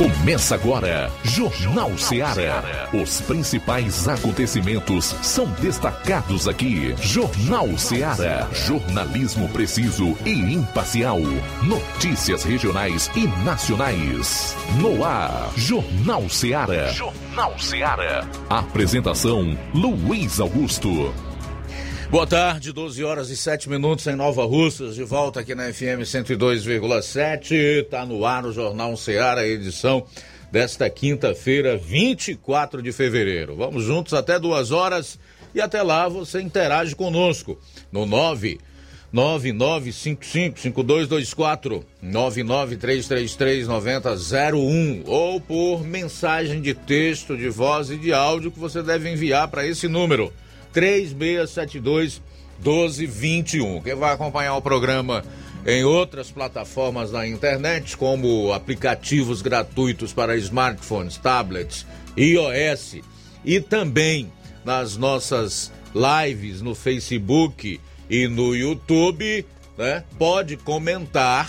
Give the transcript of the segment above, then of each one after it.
Começa agora, Jornal Ceará. Os principais acontecimentos são destacados aqui. Jornal Ceará. Jornalismo preciso e imparcial. Notícias regionais e nacionais. No ar, Jornal Ceará. Jornal Ceará. Apresentação, Luiz Augusto. Boa tarde, 12h07 em Nova Russas, de volta aqui na FM 102,7, tá no ar o Jornal Ceará, edição desta quinta-feira, 24 de fevereiro. Vamos juntos até 2 horas e até lá você interage conosco no 999555224, 993339001 ou por mensagem de texto, de voz e de áudio que você deve enviar para esse número. 3672-1221. Quem vai acompanhar o programa em outras plataformas da internet, como aplicativos gratuitos para smartphones, tablets, iOS, e também nas nossas lives no Facebook e no YouTube, né? Pode comentar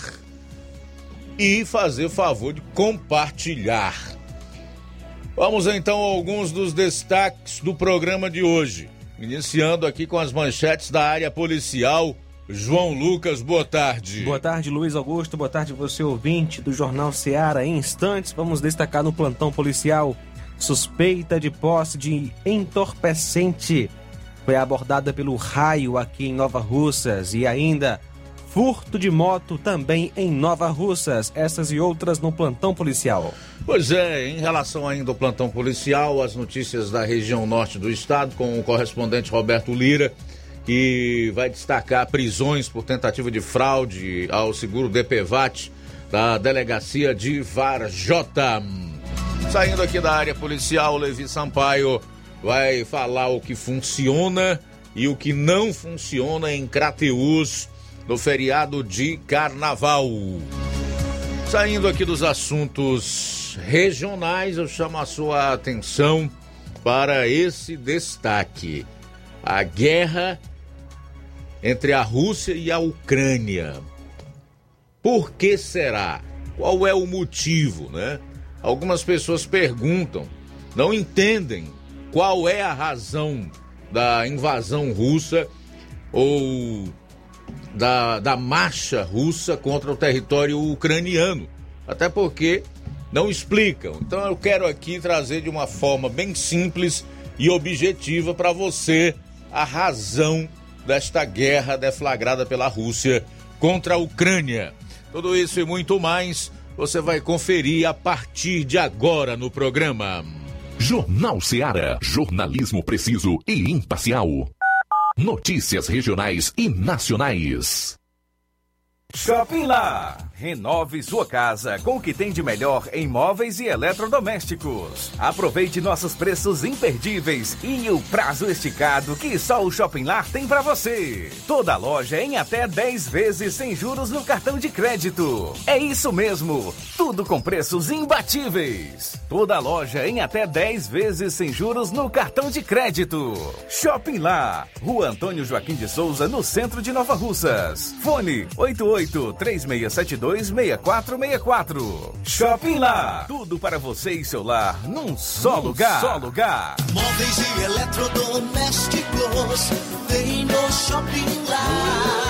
e fazer o favor de compartilhar. Vamos então a alguns dos destaques do programa de hoje. Iniciando aqui com as manchetes da área policial. João Lucas, boa tarde. Boa tarde, Luiz Augusto. Boa tarde, você ouvinte do Jornal Ceará. Em instantes, vamos destacar no plantão policial: suspeita de posse de entorpecente foi abordada pelo Raio aqui em Nova Russas. E ainda, furto de moto também em Nova Russas. Essas e outras no plantão policial. Pois é, em relação ainda ao plantão policial, as notícias da região norte do estado, com o correspondente Roberto Lira, que vai destacar prisões por tentativa de fraude ao seguro DPVAT da delegacia de Varjota. Saindo aqui da área policial, Levi Sampaio vai falar o que funciona e o que não funciona em Crateús no feriado de Carnaval. Saindo aqui dos assuntos regionais, eu chamo a sua atenção para esse destaque: a guerra entre a Rússia e a Ucrânia. Por que será? Qual é o motivo, né? Algumas pessoas perguntam, não entendem qual é a razão da invasão russa ou da marcha russa contra o território ucraniano. Até porque não explicam. Então eu quero aqui trazer de uma forma bem simples e objetiva para você a razão desta guerra deflagrada pela Rússia contra a Ucrânia. Tudo isso e muito mais você vai conferir a partir de agora no programa. Jornal Ceará. Jornalismo preciso e imparcial. Notícias regionais e nacionais. Shopping Lá. Renove sua casa com o que tem de melhor em móveis e eletrodomésticos. Aproveite nossos preços imperdíveis e o prazo esticado que só o Shopping Lá tem para você. Toda loja em até 10 vezes sem juros no cartão de crédito. É isso mesmo, tudo com preços imbatíveis. Toda loja em até 10 vezes sem juros no cartão de crédito. Shopping Lá, Rua Antônio Joaquim de Souza, no centro de Nova Russas. Fone 88-3672-6464. Shopping Lá, tudo para você e seu lar num só lugar. Móveis e eletrodomésticos tem no Shopping Lá.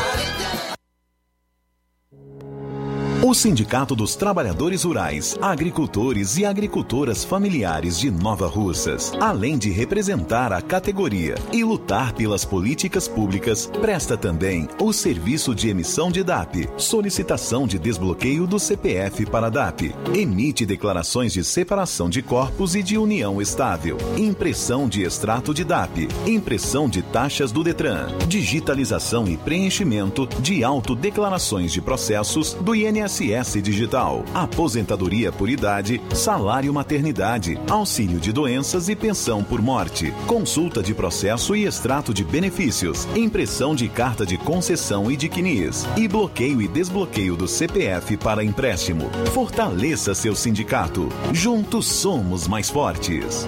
O Sindicato dos Trabalhadores Rurais, Agricultores e Agricultoras Familiares de Nova Russas, além de representar a categoria e lutar pelas políticas públicas, presta também o serviço de emissão de DAP, solicitação de desbloqueio do CPF para DAP, emite declarações de separação de corpos e de união estável, impressão de extrato de DAP, impressão de taxas do Detran, digitalização e preenchimento de autodeclarações de processos do INSS Digital, aposentadoria por idade, salário maternidade, auxílio de doenças e pensão por morte, consulta de processo e extrato de benefícios, impressão de carta de concessão e de CNIS, e bloqueio e desbloqueio do CPF para empréstimo. Fortaleça seu sindicato. Juntos somos mais fortes.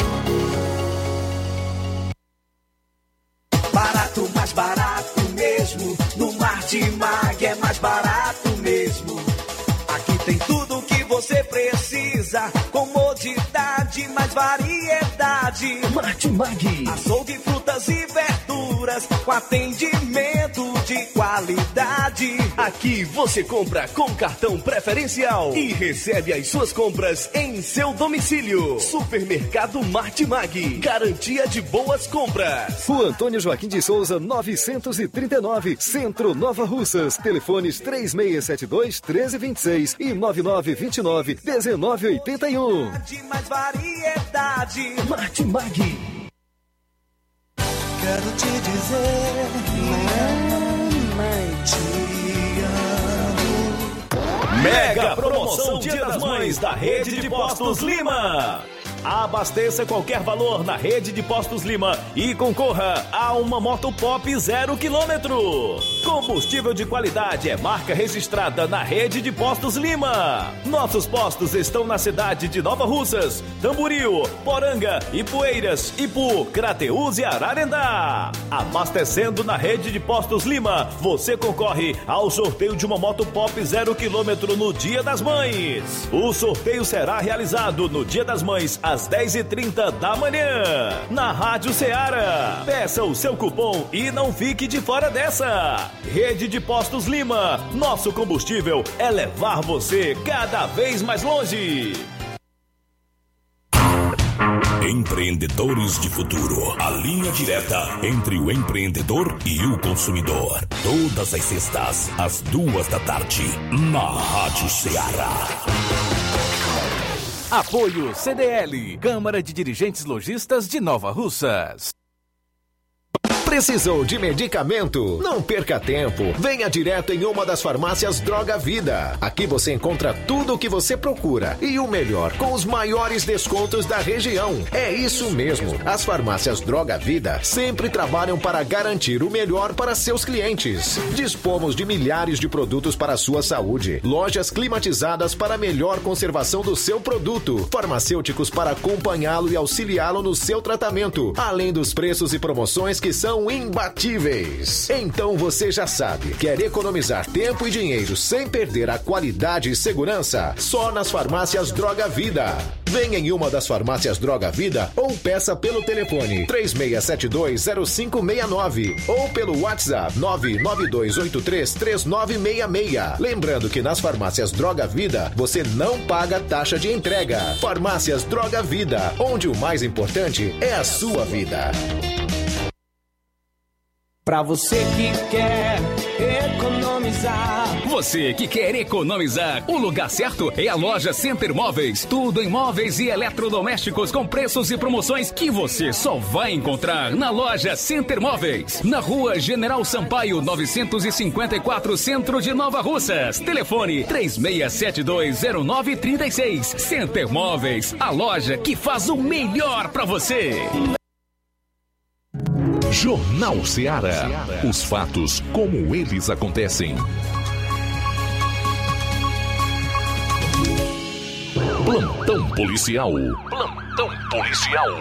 Barato, mais barato mesmo. No Martimag é mais barato mesmo. Aqui tem tudo o que você precisa. precisa. Comodidade, mais variedade. Martimag. Açougue, frutas e verduras com atendimento de qualidade. Aqui você compra com cartão preferencial e recebe as suas compras em seu domicílio. Supermercado Martimag. Garantia de boas compras. Rua Antônio Joaquim de Souza, 939, Centro, Nova Russas. Telefones 3672-1326 e 9929-1981. Mais variedade. Martimag. Quero te dizer, mamãe, te amo. Mega promoção Dia das Mães da Rede de Postos Lima. Abasteça qualquer valor na Rede de Postos Lima e concorra a uma moto Pop 0 km. Combustível de qualidade é marca registrada na Rede de Postos Lima. Nossos postos estão na cidade de Nova Russas, Tamboril, Poranga, Ipueiras, Ipu, Crateús e Ararendá. Abastecendo na Rede de Postos Lima, você concorre ao sorteio de uma moto Pop 0 km no Dia das Mães. O sorteio será realizado no Dia das Mães às 10h30 da manhã, na Rádio Ceará. Peça o seu cupom e não fique de fora dessa. Rede de Postos Lima, nosso combustível é levar você cada vez mais longe. Empreendedores de Futuro, a linha direta entre o empreendedor e o consumidor. Todas as sextas, às 14h, na Rádio Ceará. Apoio CDL, Câmara de Dirigentes Lojistas de Nova Russas. Precisou de medicamento? Não perca tempo. Venha direto em uma das farmácias Droga Vida. Aqui você encontra tudo o que você procura e o melhor, com os maiores descontos da região. É isso mesmo. As farmácias Droga Vida sempre trabalham para garantir o melhor para seus clientes. Dispomos de milhares de produtos para a sua saúde. Lojas climatizadas para melhor conservação do seu produto. Farmacêuticos para acompanhá-lo e auxiliá-lo no seu tratamento. Além dos preços e promoções que são imbatíveis. Então você já sabe, quer economizar tempo e dinheiro sem perder a qualidade e segurança? Só nas farmácias Droga Vida. Venha em uma das farmácias Droga Vida ou peça pelo telefone 36720569 ou pelo WhatsApp 992833966. Lembrando que nas farmácias Droga Vida você não paga taxa de entrega. Farmácias Droga Vida, onde o mais importante é a sua vida. Pra você que quer economizar. Você que quer economizar, o lugar certo é a loja Center Móveis. Tudo em móveis e eletrodomésticos com preços e promoções que você só vai encontrar na loja Center Móveis. Na rua General Sampaio, 954, Centro de Nova Russas. Telefone 36720936. Center Móveis, a loja que faz o melhor pra você. Jornal Ceará. Os fatos como eles acontecem. Plantão policial. Plantão policial.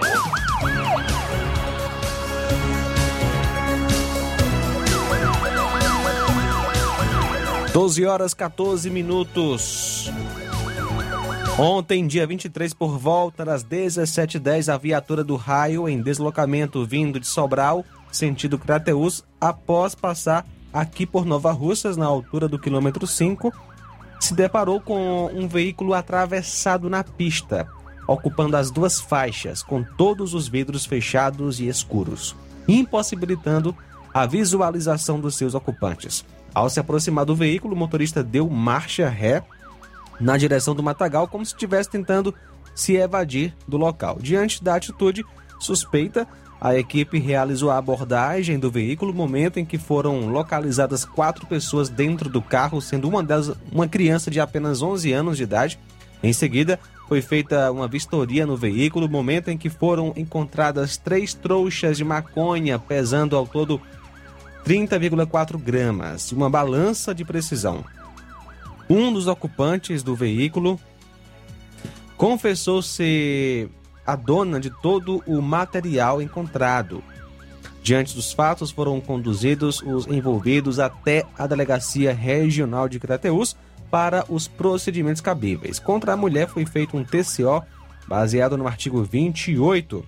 12h14. Ontem, dia 23, por volta das 17h10, a viatura do Raio, em deslocamento vindo de Sobral, sentido Crateús, após passar aqui por Nova Russas, na altura do quilômetro 5, se deparou com um veículo atravessado na pista, ocupando as duas faixas, com todos os vidros fechados e escuros, impossibilitando a visualização dos seus ocupantes. Ao se aproximar do veículo, o motorista deu marcha ré na direção do matagal, como se estivesse tentando se evadir do local. Diante da atitude suspeita, a equipe realizou a abordagem do veículo, momento em que foram localizadas 4 pessoas dentro do carro, sendo uma delas uma criança de apenas 11 anos de idade. Em seguida, foi feita uma vistoria no veículo, momento em que foram encontradas 3 trouxas de maconha, pesando ao todo 30,4 gramas, e uma balança de precisão. Um dos ocupantes do veículo confessou ser a dona de todo o material encontrado. Diante dos fatos, foram conduzidos os envolvidos até a Delegacia Regional de Crateús para os procedimentos cabíveis. Contra a mulher foi feito um TCO baseado no artigo 28.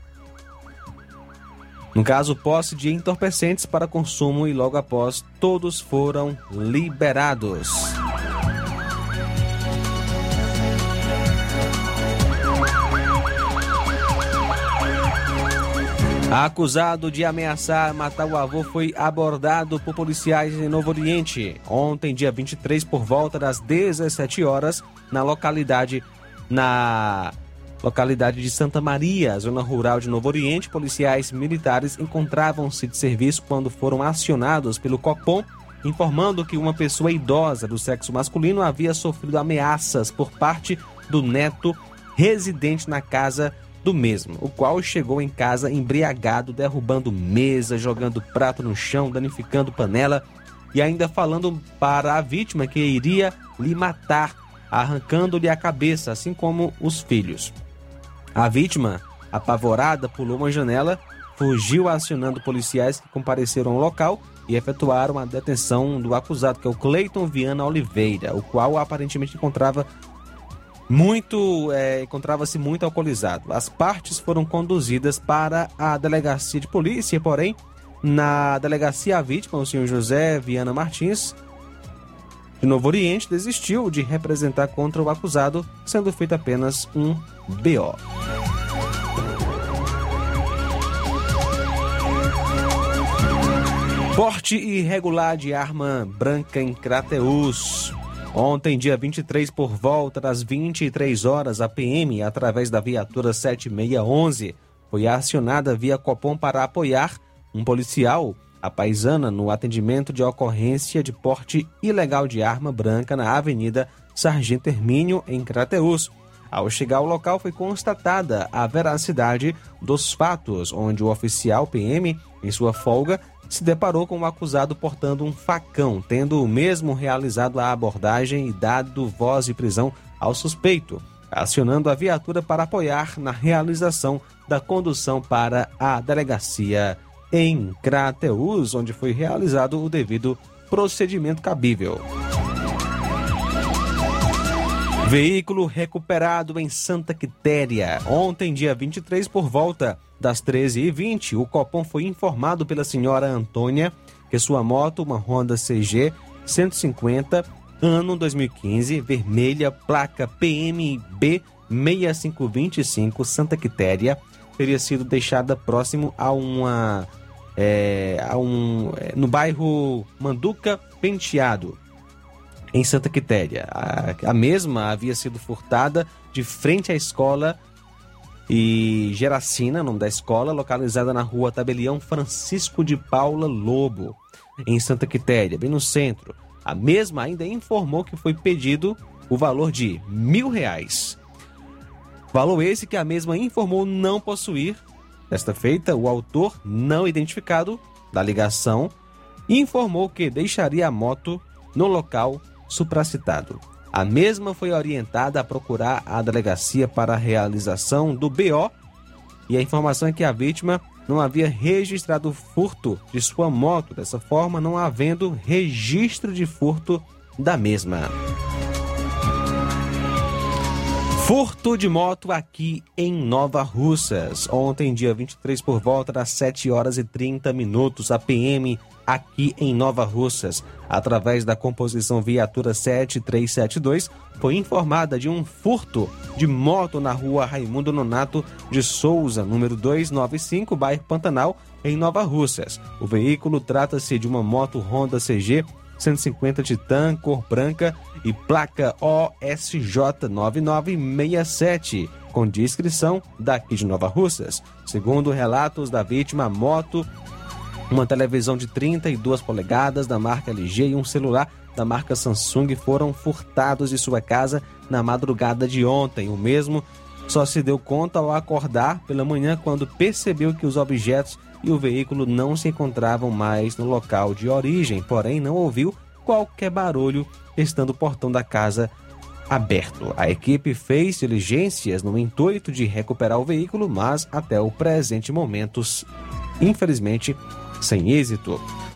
No caso, posse de entorpecentes para consumo, e logo após todos foram liberados. Acusado de ameaçar matar o avô foi abordado por policiais em Novo Oriente. Ontem, dia 23, por volta das 17 horas, na localidade de Santa Maria, zona rural de Novo Oriente, policiais militares encontravam-se de serviço quando foram acionados pelo Copom, informando que uma pessoa idosa do sexo masculino havia sofrido ameaças por parte do neto residente na casa do mesmo, o qual chegou em casa embriagado, derrubando mesa, jogando prato no chão, danificando panela e ainda falando para a vítima que iria lhe matar, arrancando-lhe a cabeça, assim como os filhos. A vítima, apavorada, pulou uma janela, fugiu acionando policiais que compareceram ao local e efetuaram a detenção do acusado, que é o Cleiton Viana Oliveira, o qual aparentemente encontrava-se muito alcoolizado. As partes foram conduzidas para a delegacia de polícia, porém, na delegacia a vítima, o senhor José Viana Martins, de Novo Oriente, desistiu de representar contra o acusado, sendo feito apenas um BO. Porte irregular de arma branca em Crateús. Ontem, dia 23, por volta das 23 horas, a PM, através da viatura 7611, foi acionada via Copom para apoiar um policial, a paisana, no atendimento de ocorrência de porte ilegal de arma branca na Avenida Sargento Hermínio, em Crateús. Ao chegar ao local, foi constatada a veracidade dos fatos, onde o oficial PM, em sua folga, se deparou com o acusado portando um facão, tendo o mesmo realizado a abordagem e dado voz de prisão ao suspeito, acionando a viatura para apoiar na realização da condução para a delegacia em Crateús, onde foi realizado o devido procedimento cabível. Veículo recuperado em Santa Quitéria. Ontem, dia 23, por volta das 13h20, o Copom foi informado pela senhora Antônia que sua moto, uma Honda CG 150, ano 2015, vermelha, placa PMB 6525, Santa Quitéria, teria sido deixada próximo a no bairro Manduca Penteado, em Santa Quitéria. A mesma havia sido furtada de frente à escola e Geracina, nome da escola, localizada na rua Tabelião Francisco de Paula Lobo, em Santa Quitéria, bem no centro. A mesma ainda informou que foi pedido o valor de R$1.000. Valor esse que a mesma informou não possuir. Desta feita, o autor, não identificado da ligação, informou que deixaria a moto no local supracitado. A mesma foi orientada a procurar a delegacia para a realização do BO, e a informação é que a vítima não havia registrado o furto de sua moto, dessa forma não havendo registro de furto da mesma. Furto de moto aqui em Nova Russas. Ontem, dia 23, por volta das 7h30, a PM aqui em Nova Russas, através da composição viatura 7372, foi informada de um furto de moto na rua Raimundo Nonato de Souza, número 295, bairro Pantanal, em Nova Russas. O veículo trata-se de uma moto Honda CG 150 Titan, cor branca e placa OSJ 9967, com descrição daqui de Nova Russas. Segundo relatos da vítima, a moto, uma televisão de 32 polegadas da marca LG e um celular da marca Samsung foram furtados de sua casa na madrugada de ontem. O mesmo só se deu conta ao acordar pela manhã, quando percebeu que os objetos e o veículo não se encontravam mais no local de origem, porém não ouviu qualquer barulho, estando o portão da casa aberto. A equipe fez diligências no intuito de recuperar o veículo, mas até o presente momento, infelizmente, sem êxito.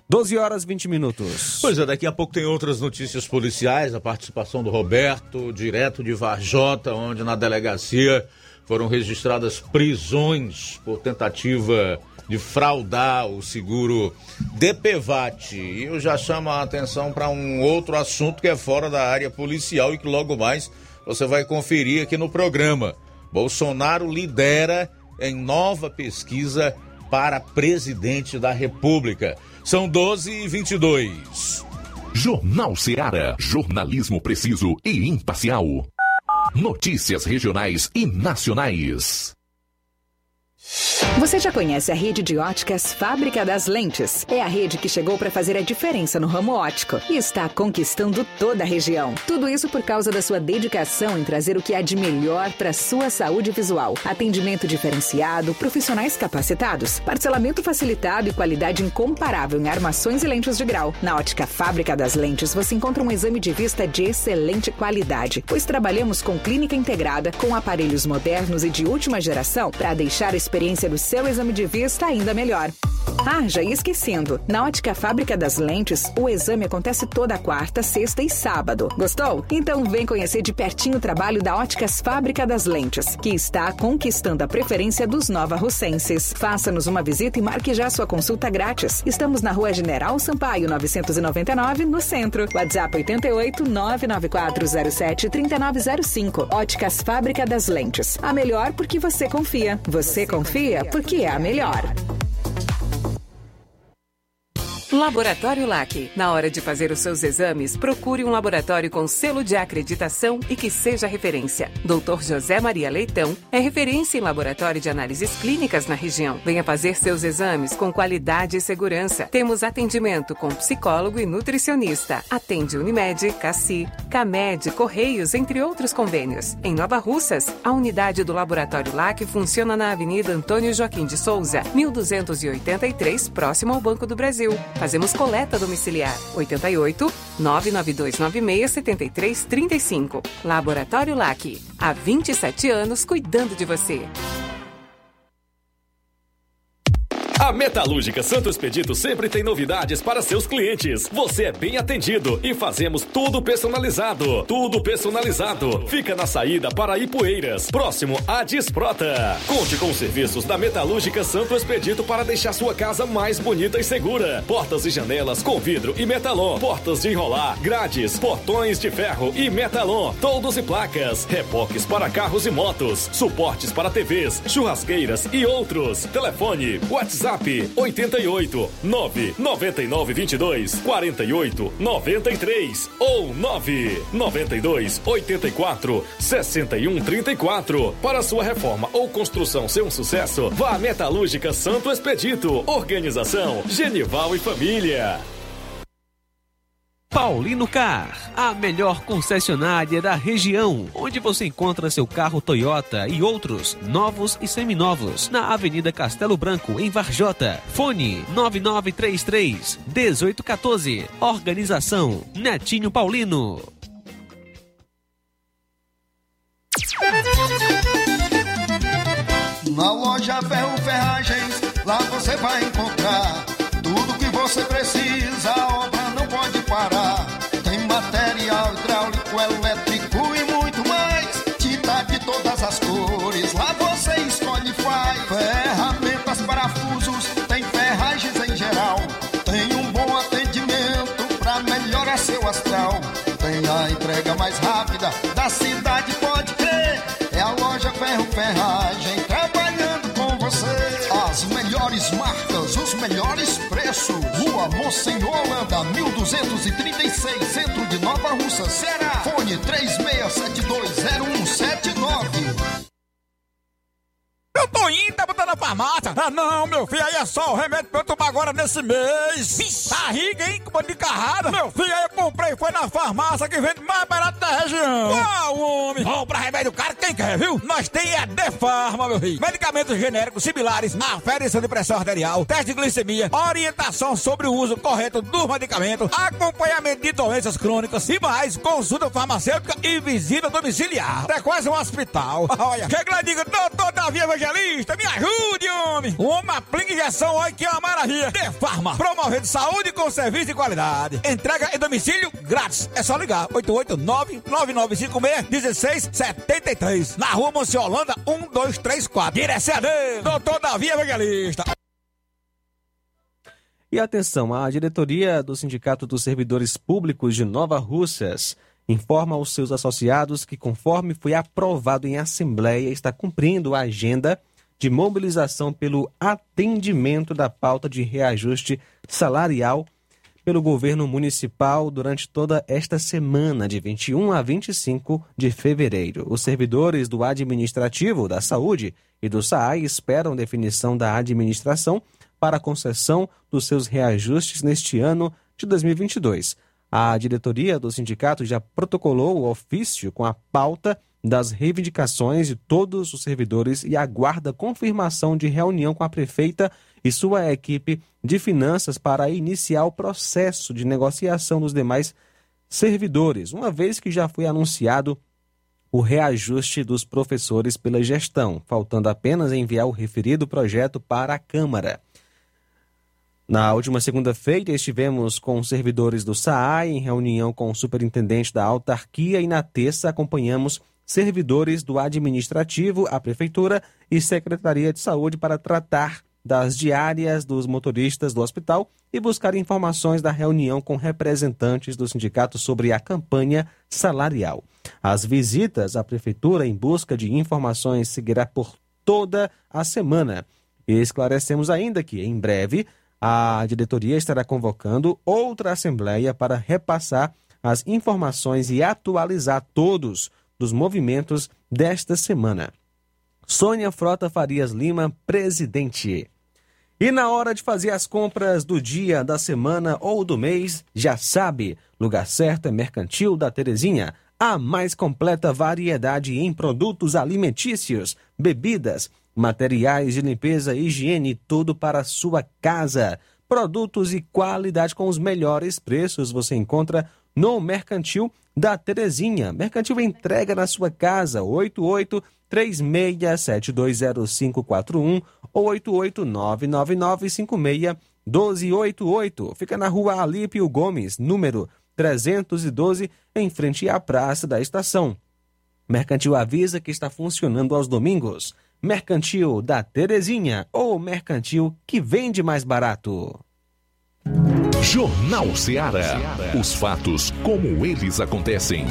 12 horas 20 minutos. Pois é, daqui a pouco tem outras notícias policiais, a participação do Roberto, direto de Varjota, onde na delegacia foram registradas prisões por tentativa de fraudar o seguro DPVAT. E eu já chamo a atenção para um outro assunto que é fora da área policial e que logo mais você vai conferir aqui no programa. Bolsonaro lidera em nova pesquisa para presidente da República. São 12h22. Jornal Ceará. Jornalismo preciso e imparcial. Notícias regionais e nacionais. Você já conhece a rede de óticas Fábrica das Lentes? É a rede que chegou para fazer a diferença no ramo óptico e está conquistando toda a região. Tudo isso por causa da sua dedicação em trazer o que há de melhor para sua saúde visual. Atendimento diferenciado, profissionais capacitados, parcelamento facilitado e qualidade incomparável em armações e lentes de grau. Na ótica Fábrica das Lentes você encontra um exame de vista de excelente qualidade, pois trabalhamos com clínica integrada, com aparelhos modernos e de última geração para deixar a experiência do seu exame de vista ainda melhor. Ah, já ia esquecendo. Na ótica Fábrica das Lentes, o exame acontece toda quarta, sexta e sábado. Gostou? Então vem conhecer de pertinho o trabalho da Óticas Fábrica das Lentes, que está conquistando a preferência dos nova-russenses. Faça-nos uma visita e marque já sua consulta grátis. Estamos na Rua General Sampaio, 999, no centro. WhatsApp 88 99407 3905. Óticas Fábrica das Lentes. A melhor porque você confia. Você confia porque é a melhor. Laboratório LAC. Na hora de fazer os seus exames, procure um laboratório com selo de acreditação e que seja referência. Dr. José Maria Leitão é referência em laboratório de análises clínicas na região. Venha fazer seus exames com qualidade e segurança. Temos atendimento com psicólogo e nutricionista. Atende Unimed, Cassi, Camed, Correios, entre outros convênios. Em Nova Russas, a unidade do Laboratório LAC funciona na Avenida Antônio Joaquim de Souza, 1283, próximo ao Banco do Brasil. Fazemos coleta domiciliar. 88 99296 7335. Laboratório LAC. Há 27 anos cuidando de você. A Metalúrgica Santo Expedito sempre tem novidades para seus clientes. Você é bem atendido e fazemos tudo personalizado. Tudo personalizado. Fica na saída para Ipueiras, próximo à Desprota. Conte com os serviços da Metalúrgica Santo Expedito para deixar sua casa mais bonita e segura. Portas e janelas com vidro e metalon. Portas de enrolar, grades, portões de ferro e metalon. Toldos e placas. Reboques para carros e motos. Suportes para TVs, churrasqueiras e outros. Telefone, WhatsApp 88 999 22 48 93 ou 992 84 61 34. Para sua reforma ou construção ser um sucesso, vá à Metalúrgica Santo Expedito. Organização Genival e Família. Paulino Car, a melhor concessionária da região, onde você encontra seu carro Toyota e outros, novos e seminovos, na Avenida Castelo Branco, em Varjota. Fone 9933-1814. Organização Netinho Paulino. Na loja Ferro Ferragens, lá você vai encontrar tudo que você precisa, a obra não pode parar. Tem material hidráulico, elétrico e muito mais. Tinta de todas as cores, lá você escolhe e faz. Ferramentas, parafusos, tem ferragens em geral. Tem um bom atendimento pra melhorar seu astral. Tem a entrega mais rápida da cidade, pode crer. É a loja Ferro Ferragem trabalhando com você. As melhores marcas, os melhores preços. Rua Monsenhor Holanda, 1236, centro de Nova Russa, Ceará. Fone 36720179. Eu tô indo, tá botando na farmácia. Ah, não, meu filho, aí é só o remédio pra eu tomar agora nesse mês. Vixe, barriga, hein, com de carrada. Meu filho, aí eu comprei, foi na farmácia que vende mais barato da região. Uau, homem. Compra remédio caro, quem quer, viu? Nós tem a Defarma, meu filho. Medicamentos genéricos similares, aferição de pressão arterial, teste de glicemia, orientação sobre o uso correto dos medicamentos, acompanhamento de doenças crônicas e mais, consulta farmacêutica e visita domiciliar. É quase um hospital. Olha, chega lá e diga, doutor Davi Evangelista, me ajuda! saúde, homem! Uma aplica injeção, olha que é uma maravilha! De Farma, promovendo saúde com serviço de qualidade. Entrega em domicílio grátis. É só ligar, 889-9956-1673. Na rua Monsiolanda, 1234. Direção dele, Doutor Davi Evangelista. E atenção, a diretoria do Sindicato dos Servidores Públicos de Nova Russas informa aos seus associados que, conforme foi aprovado em assembleia, está cumprindo a agenda de mobilização pelo atendimento da pauta de reajuste salarial pelo governo municipal durante toda esta semana, de 21 a 25 de fevereiro. Os servidores do Administrativo, da Saúde e do SAAI esperam definição da administração para a concessão dos seus reajustes neste ano de 2022. A diretoria do sindicato já protocolou o ofício com a pauta das reivindicações de todos os servidores e aguarda confirmação de reunião com a prefeita e sua equipe de finanças para iniciar o processo de negociação dos demais servidores, uma vez que já foi anunciado o reajuste dos professores pela gestão, faltando apenas enviar o referido projeto para a Câmara. Na última segunda-feira estivemos com servidores do SAAI em reunião com o superintendente da autarquia e na terça acompanhamos servidores do Administrativo, a Prefeitura e Secretaria de Saúde para tratar das diárias dos motoristas do hospital e buscar informações da reunião com representantes do sindicato sobre a campanha salarial. As visitas à Prefeitura em busca de informações seguirá por toda a semana. E esclarecemos ainda que, em breve, a diretoria estará convocando outra assembleia para repassar as informações e atualizar todos os movimentos desta semana. Sônia Frota Farias Lima, presidente. E na hora de fazer as compras do dia, da semana ou do mês, já sabe, lugar certo é Mercantil da Terezinha. A mais completa variedade em produtos alimentícios, bebidas, materiais de limpeza e higiene, tudo para a sua casa. Produtos e qualidade com os melhores preços você encontra no Mercantil da Terezinha. Mercantil entrega na sua casa, 8836720541 ou 88999561288. Fica na rua Alípio Gomes, número 312, em frente à Praça da Estação. Mercantil avisa que está funcionando aos domingos. Mercantil da Terezinha, ou mercantil que vende mais barato. Jornal Ceará. Os fatos como eles acontecem.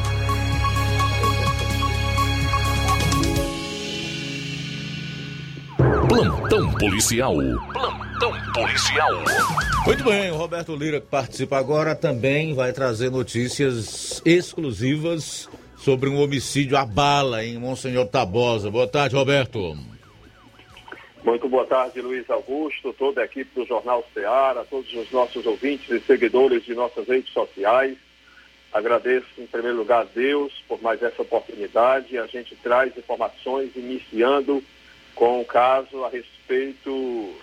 Plantão policial. Plantão policial. Muito bem, o Roberto Lira, que participa agora, também vai trazer notícias exclusivas sobre um homicídio à bala em Monsenhor Tabosa. Boa tarde, Roberto. Muito boa tarde, Luiz Augusto, toda a equipe do Jornal Ceará, todos os nossos ouvintes e seguidores de nossas redes sociais. Agradeço, em primeiro lugar, a Deus por mais essa oportunidade. A gente traz informações iniciando com o caso a respeito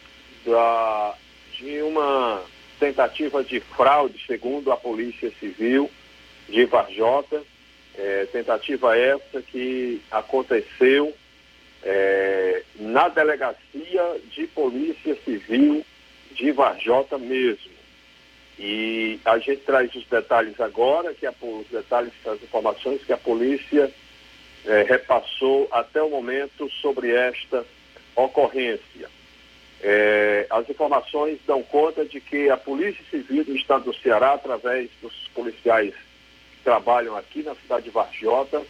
de uma tentativa de fraude, segundo a Polícia Civil de Varjota. Tentativa essa que aconteceu na Delegacia de Polícia Civil de Varjota mesmo. E a gente traz os detalhes agora, as informações que a polícia repassou até o momento sobre esta ocorrência. As informações dão conta de que a Polícia Civil do Estado do Ceará, através dos policiais que trabalham aqui na cidade de Varjota,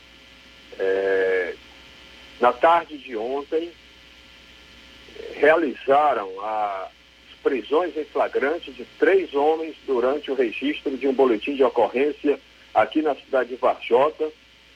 na tarde de ontem, realizaram as prisões em flagrante de 3 homens durante o registro de um boletim de ocorrência aqui na cidade de Varjota.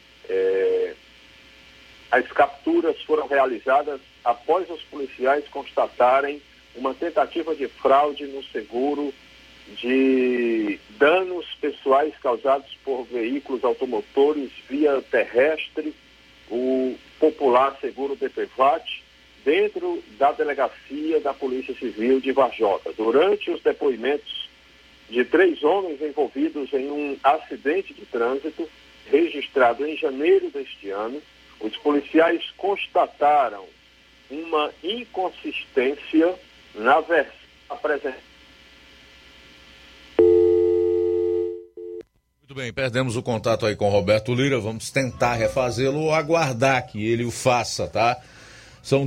As capturas foram realizadas após os policiais constatarem uma tentativa de fraude no seguro de danos pessoais causados por veículos automotores via terrestre, o popular seguro DPVAT, dentro da delegacia da Polícia Civil de Varjota. Durante os depoimentos de 3 homens envolvidos em um acidente de trânsito registrado em janeiro deste ano, os policiais constataram uma inconsistência na versão apresentada. Muito bem, perdemos o contato aí com o Roberto Lira, vamos tentar refazê-lo ou aguardar que ele o faça, tá? São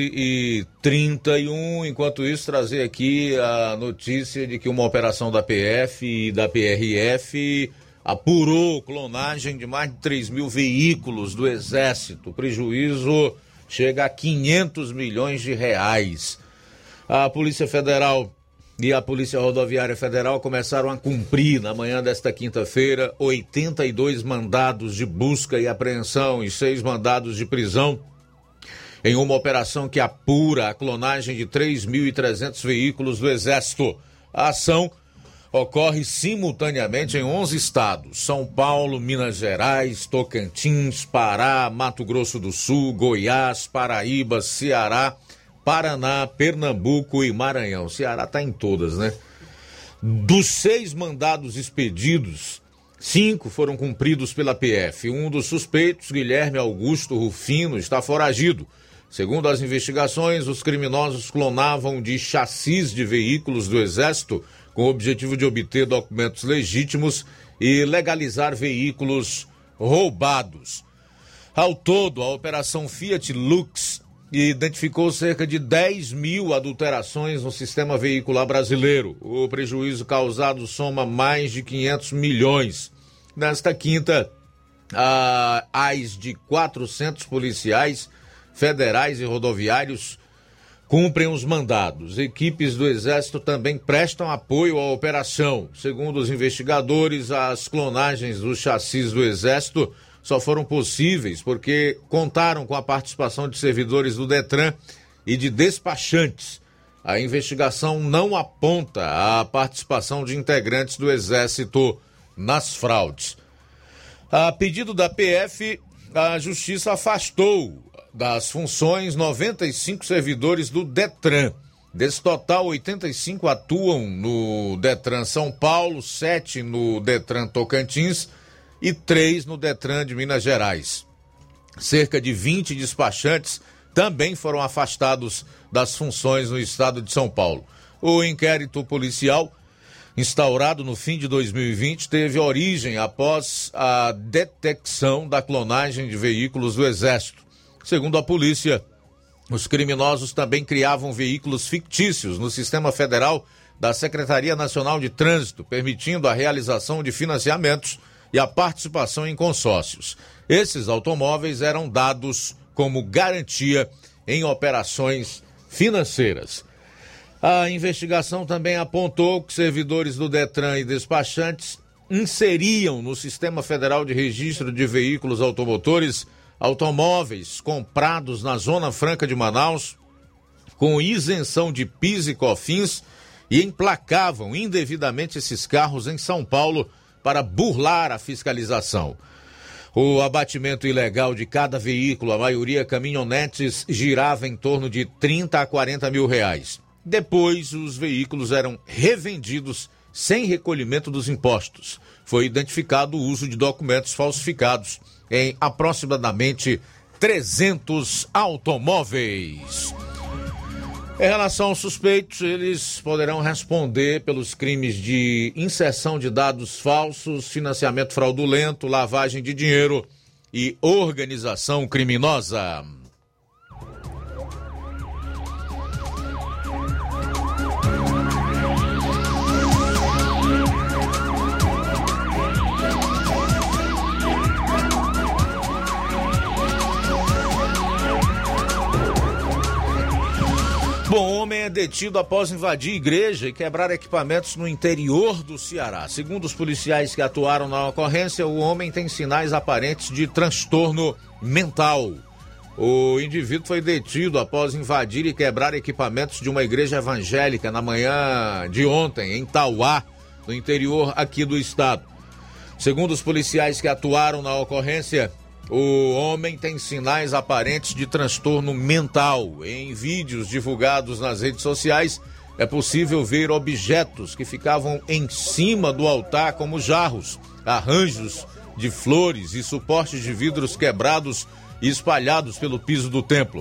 12h31, enquanto isso trazer aqui a notícia de que uma operação da PF e da PRF apurou clonagem de mais de 3 mil veículos do Exército. O prejuízo chega a 500 milhões de reais. A Polícia Federal e a Polícia Rodoviária Federal começaram a cumprir, na manhã desta quinta-feira, 82 mandados de busca e apreensão e 6 mandados de prisão em uma operação que apura a clonagem de 3.300 veículos do Exército. A ação ocorre simultaneamente em 11 estados: São Paulo, Minas Gerais, Tocantins, Pará, Mato Grosso do Sul, Goiás, Paraíba, Ceará, Paraná, Pernambuco e Maranhão. O Ceará está em todas, né? Dos 6 mandados expedidos, 5 foram cumpridos pela PF. Um dos suspeitos, Guilherme Augusto Rufino, está foragido. Segundo as investigações, os criminosos clonavam de chassis de veículos do Exército com o objetivo de obter documentos legítimos e legalizar veículos roubados. Ao todo, a Operação Fiat Lux identificou cerca de 10 mil adulterações no sistema veicular brasileiro. O prejuízo causado soma mais de 500 milhões. Nesta quinta, mais de 400 policiais federais e rodoviários cumprem os mandados. Equipes do Exército também prestam apoio à operação. Segundo os investigadores, as clonagens dos chassis do Exército só foram possíveis porque contaram com a participação de servidores do Detran e de despachantes. A investigação não aponta a participação de integrantes do Exército nas fraudes. A pedido da PF, a Justiça afastou das funções 95 servidores do Detran. Desse total, 85 atuam no Detran São Paulo, 7 no Detran Tocantins e 3 no Detran de Minas Gerais. Cerca de 20 despachantes também foram afastados das funções no estado de São Paulo. O inquérito policial, instaurado no fim de 2020, teve origem após a detecção da clonagem de veículos do Exército. Segundo a polícia, os criminosos também criavam veículos fictícios no sistema federal da Secretaria Nacional de Trânsito, permitindo a realização de financiamentos e a participação em consórcios. Esses automóveis eram dados como garantia em operações financeiras. A investigação também apontou que servidores do Detran e despachantes inseriam no Sistema Federal de Registro de Veículos Automotores automóveis comprados na Zona Franca de Manaus com isenção de PIS e COFINS e emplacavam indevidamente esses carros em São Paulo para burlar a fiscalização. O abatimento ilegal de cada veículo, a maioria caminhonetes, girava em torno de 30 a 40 mil reais. Depois, os veículos eram revendidos sem recolhimento dos impostos. Foi identificado o uso de documentos falsificados em aproximadamente 300 automóveis. Em relação aos suspeitos, eles poderão responder pelos crimes de inserção de dados falsos, financiamento fraudulento, lavagem de dinheiro e organização criminosa. Bom, homem é detido após invadir igreja e quebrar equipamentos no interior do Ceará. Segundo os policiais que atuaram na ocorrência, o homem tem sinais aparentes de transtorno mental. O indivíduo foi detido após invadir e quebrar equipamentos de uma igreja evangélica na manhã de ontem, em Tauá, no interior aqui do estado. Segundo os policiais que atuaram na ocorrência, o homem tem sinais aparentes de transtorno mental. Em vídeos divulgados nas redes sociais, é possível ver objetos que ficavam em cima do altar, como jarros, arranjos de flores e suportes de vidros quebrados e espalhados pelo piso do templo.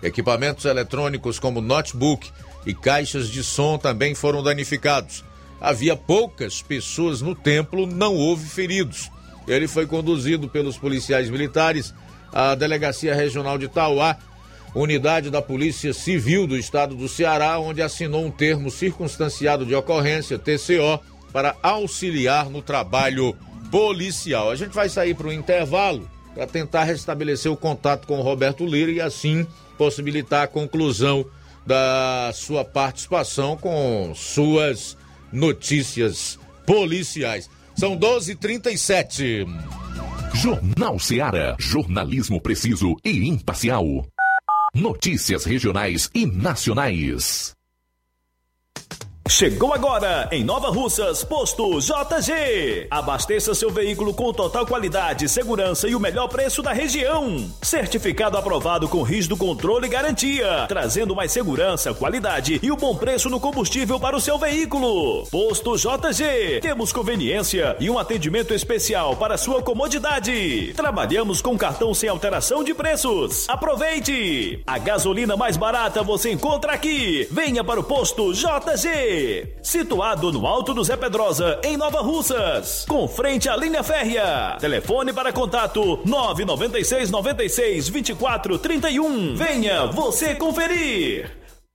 Equipamentos eletrônicos como notebook e caixas de som também foram danificados. Havia poucas pessoas no templo, não houve feridos. Ele foi conduzido pelos policiais militares à Delegacia Regional de Tauá, unidade da Polícia Civil do Estado do Ceará, onde assinou um termo circunstanciado de ocorrência, TCO, para auxiliar no trabalho policial. A gente vai sair para o intervalo para tentar restabelecer o contato com o Roberto Lira e assim possibilitar a conclusão da sua participação com suas notícias policiais. São 12h37. Jornal Ceará, jornalismo preciso e imparcial. Notícias regionais e nacionais. Chegou agora, em Nova Russas, Posto JG. Abasteça seu veículo com total qualidade, segurança e o melhor preço da região. Certificado aprovado com rígido controle e garantia, trazendo mais segurança, qualidade e o bom preço no combustível para o seu veículo. Posto JG. Temos conveniência e um atendimento especial para sua comodidade. Trabalhamos com cartão sem alteração de preços. Aproveite! A gasolina mais barata você encontra aqui. Venha para o Posto JG. Situado no Alto do Zé Pedrosa, em Nova Russas, com frente à linha férrea. Telefone para contato 996-96-2431. Venha você conferir.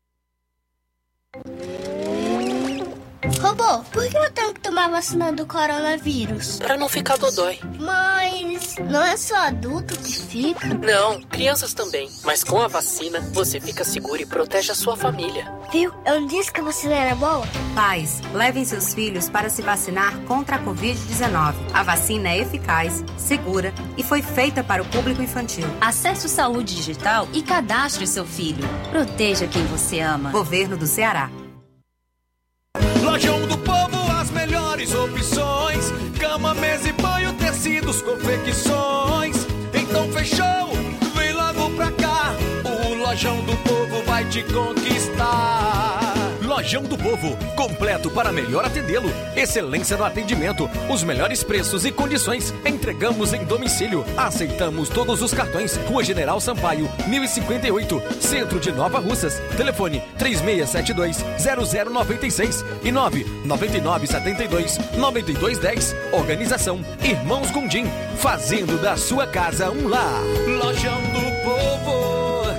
Robô, por que eu tenho que tomar vacina do coronavírus? Pra não ficar dodói. Mas não é só adulto que fica? Não, crianças também. Mas com a vacina, você fica seguro e protege a sua família. Viu? Eu não disse que a vacina era boa? Pais, levem seus filhos para se vacinar contra a Covid-19. A vacina é eficaz, segura e foi feita para o público infantil. Acesse o Saúde Digital e cadastre seu filho. Proteja quem você ama. Governo do Ceará. Lojão do Povo, as melhores opções: cama, mesa e banho, tecidos, confecções. Então fechou, vem logo pra cá. O Lojão do Povo vai te conquistar. Lojão do Povo, completo para melhor atendê-lo. Excelência no atendimento, os melhores preços e condições. Entregamos em domicílio. Aceitamos todos os cartões. Rua General Sampaio, 1058, Centro de Nova Russas. Telefone 3672-0096 e 99972-9210. Organização Irmãos Gondim, fazendo da sua casa um lar. Lojão do Povo.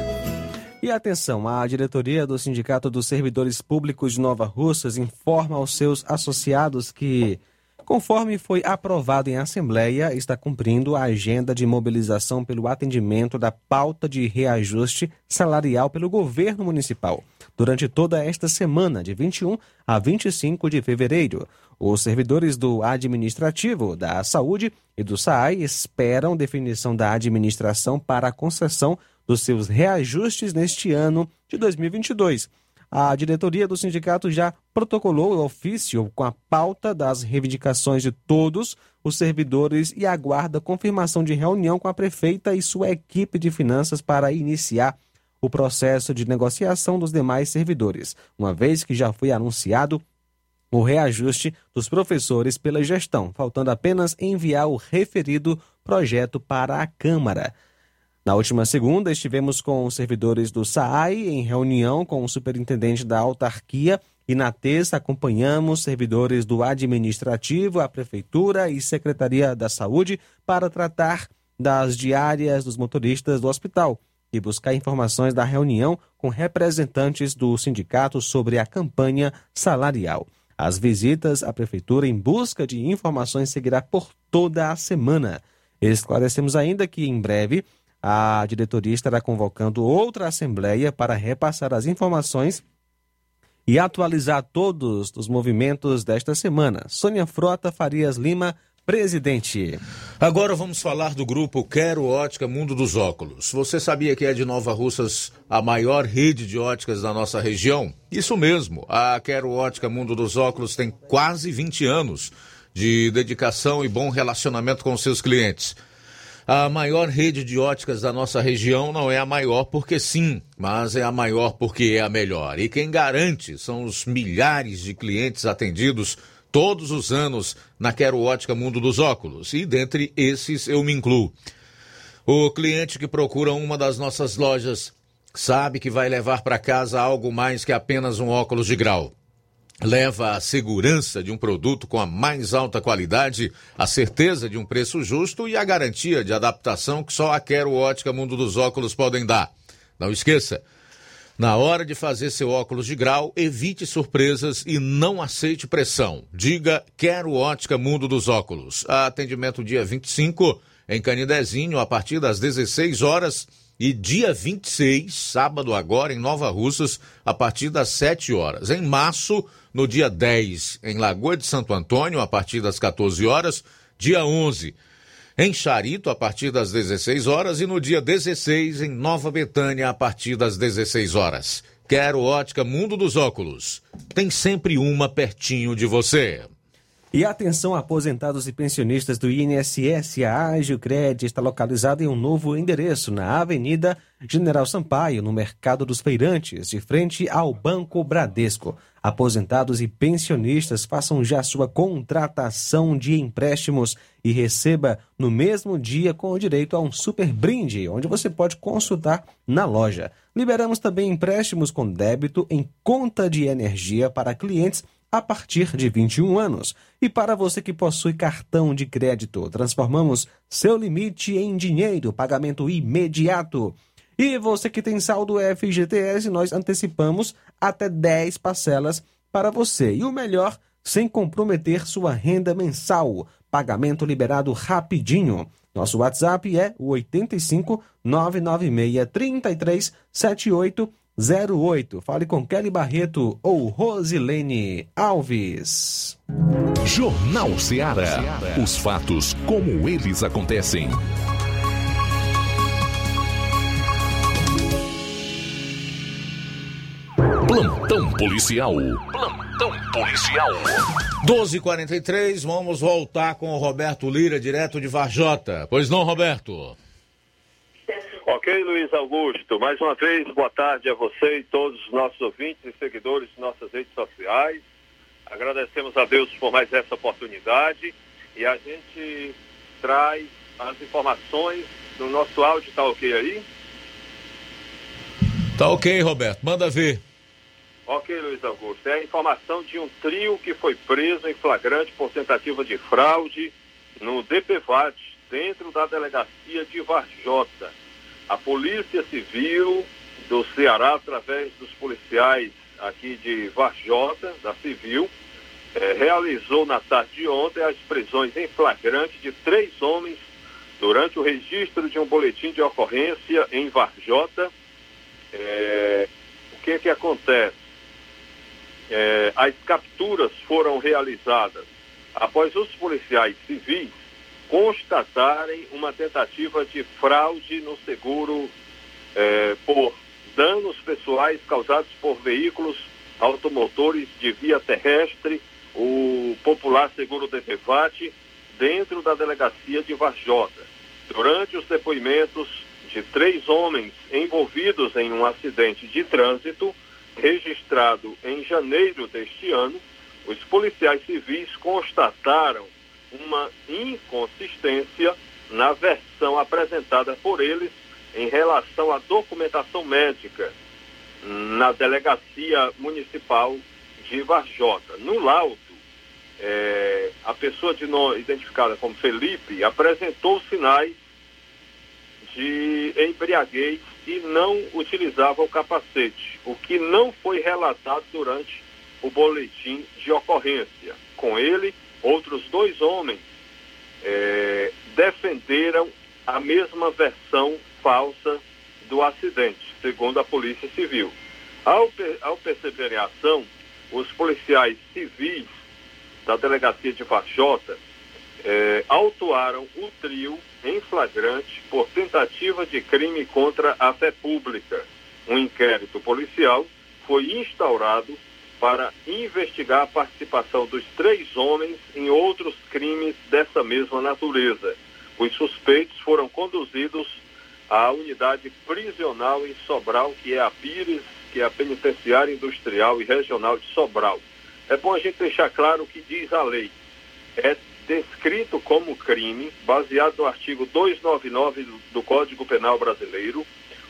E atenção, a diretoria do Sindicato dos Servidores Públicos de Nova Russas informa aos seus associados que, conforme foi aprovado em assembleia, está cumprindo a agenda de mobilização pelo atendimento da pauta de reajuste salarial pelo governo municipal. Durante toda esta semana, de 21 a 25 de fevereiro, os servidores do Administrativo, da Saúde e do SAAI esperam definição da administração para a concessão dos seus reajustes neste ano de 2022. A diretoria do sindicato já protocolou o ofício com a pauta das reivindicações de todos os servidores e aguarda confirmação de reunião com a prefeita e sua equipe de finanças para iniciar o processo de negociação dos demais servidores, uma vez que já foi anunciado o reajuste dos professores pela gestão, faltando apenas enviar o referido projeto para a Câmara. Na última segunda, estivemos com os servidores do SAAI em reunião com o superintendente da autarquia e na terça acompanhamos servidores do Administrativo, a Prefeitura e Secretaria da Saúde para tratar das diárias dos motoristas do hospital e buscar informações da reunião com representantes do sindicato sobre a campanha salarial. As visitas à Prefeitura em busca de informações seguirá por toda a semana. Esclarecemos ainda que em breve a diretoria estará convocando outra assembleia para repassar as informações e atualizar todos os movimentos desta semana. Sônia Frota Farias Lima, presidente. Agora vamos falar do grupo Quero Ótica Mundo dos Óculos. Você sabia que é de Nova Russas a maior rede de óticas da nossa região? Isso mesmo, a Quero Ótica Mundo dos Óculos tem quase 20 anos de dedicação e bom relacionamento com seus clientes. A maior rede de óticas da nossa região não é a maior porque sim, mas é a maior porque é a melhor. E quem garante são os milhares de clientes atendidos todos os anos na Quero Ótica Mundo dos Óculos. E dentre esses eu me incluo. O cliente que procura uma das nossas lojas Sabe que vai levar para casa algo mais que apenas um óculos de grau. Leva a segurança de um produto com a mais alta qualidade, a certeza de um preço justo e a garantia de adaptação que só a Quero Ótica Mundo dos Óculos podem dar. Não esqueça, na hora de fazer seu óculos de grau, evite surpresas e não aceite pressão. Diga Quero Ótica Mundo dos Óculos. Atendimento dia 25 em Canidezinho a partir das 16 horas. E dia 26, sábado agora, em Nova Russas, a partir das 7 horas. Em março, no dia 10, em Lagoa de Santo Antônio, a partir das 14 horas. Dia 11, em Charito, a partir das 16 horas. E no dia 16, em Nova Betânia, a partir das 16 horas. Quero Ótica Mundo dos Óculos. Tem sempre uma pertinho de você. E atenção, aposentados e pensionistas do INSS, a Agiocred está localizada em um novo endereço, na Avenida General Sampaio, no Mercado dos Feirantes, de frente ao Banco Bradesco. Aposentados e pensionistas, façam já sua contratação de empréstimos e receba no mesmo dia com direito a um super brinde, onde você pode consultar na loja. Liberamos também empréstimos com débito em conta de energia para clientes a partir de 21 anos. E para você que possui cartão de crédito, transformamos seu limite em dinheiro, pagamento imediato. E você que tem saldo FGTS, nós antecipamos até 10 parcelas para você. E o melhor, sem comprometer sua renda mensal. Pagamento liberado rapidinho. Nosso WhatsApp é o 85 996 33 78 08. Fale com Kelly Barreto ou Rosilene Alves. Jornal Ceará. Os fatos como eles acontecem. Plantão policial. Plantão policial. 12h43, vamos voltar com o Roberto Lira, direto de Varjota. Pois não, Roberto? Ok, Luiz Augusto, mais uma vez, boa tarde a você e todos os nossos ouvintes e seguidores de nossas redes sociais. Agradecemos a Deus por mais essa oportunidade e a gente traz as informações do nosso áudio. Tá ok aí? Tá ok, Roberto, manda ver. Ok, Luiz Augusto, é a informação de um trio que foi preso em flagrante por tentativa de fraude no DPVAT, dentro da delegacia de Varjota. A Polícia Civil do Ceará, através dos policiais aqui de Varjota, da Civil, realizou na tarde de ontem as prisões em flagrante de 3 homens durante o registro de um boletim de ocorrência em Varjota. O que acontece? As capturas foram realizadas após os policiais civis constatarem uma tentativa de fraude no seguro por danos pessoais causados por veículos automotores de via terrestre, o popular seguro DPVAT, dentro da delegacia de Varjota. Durante os depoimentos de 3 homens envolvidos em um acidente de trânsito registrado em janeiro deste ano, os policiais civis constataram uma inconsistência na versão apresentada por eles em relação à documentação médica na delegacia municipal de Varjota. No laudo, a pessoa identificada como Felipe apresentou sinais de embriaguez e não utilizava o capacete, o que não foi relatado durante o boletim de ocorrência. Com ele, outros 2 homens defenderam a mesma versão falsa do acidente, segundo a Polícia Civil. Ao perceberem a ação, os policiais civis da delegacia de Varjota autuaram o trio em flagrante por tentativa de crime contra a fé pública. Um inquérito policial foi instaurado para investigar a participação dos 3 homens em outros crimes dessa mesma natureza. Os suspeitos foram conduzidos à unidade prisional em Sobral, que é a Pires, que é a Penitenciária Industrial e Regional de Sobral. É bom a gente deixar claro o que diz a lei. É descrito como crime, baseado no artigo 299 do Código Penal Brasileiro,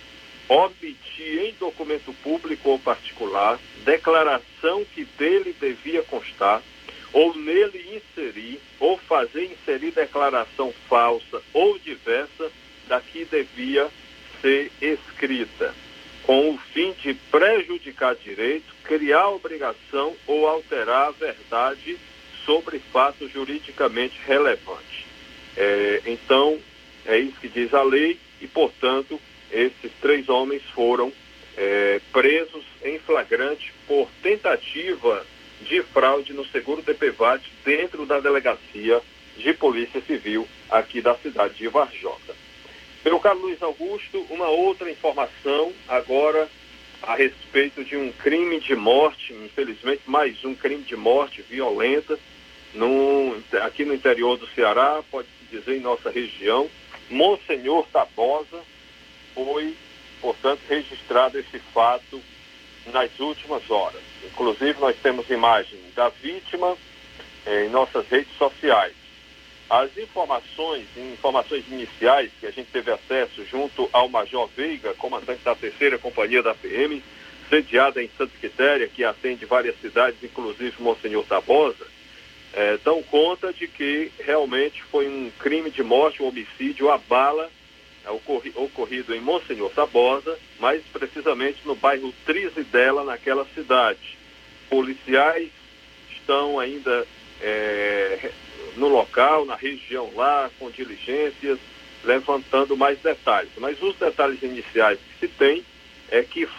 omitir em documento público ou particular declaração que dele devia constar, ou nele inserir, ou fazer inserir declaração falsa ou diversa da que devia ser escrita, com o fim de prejudicar direito, criar obrigação ou alterar a verdade sobre fato juridicamente relevante. Então, é isso que diz a lei e, portanto, esses 3 homens foram presos em flagrante por tentativa de fraude no seguro DPVAT dentro da delegacia de Polícia Civil aqui da cidade de Varjota. Meu caro Luiz Augusto, uma outra informação agora a respeito de um crime de morte, infelizmente mais um crime de morte violenta aqui no interior do Ceará, pode-se dizer em nossa região. Monsenhor Tabosa foi, portanto, registrado esse fato nas últimas horas. Inclusive, nós temos imagem da vítima em nossas redes sociais. As informações iniciais que a gente teve acesso junto ao Major Veiga, comandante da 3ª Companhia da PM, sediada em Santa Quitéria, que atende várias cidades, inclusive Monsenhor Tabosa, dão conta de que realmente foi um crime de morte, um homicídio à bala ocorrido em Monsenhor Tabosa, mais precisamente no bairro Trizidela, naquela cidade. Policiais estão ainda no local, na região lá, com diligências, levantando mais detalhes. Mas os detalhes iniciais que se tem é que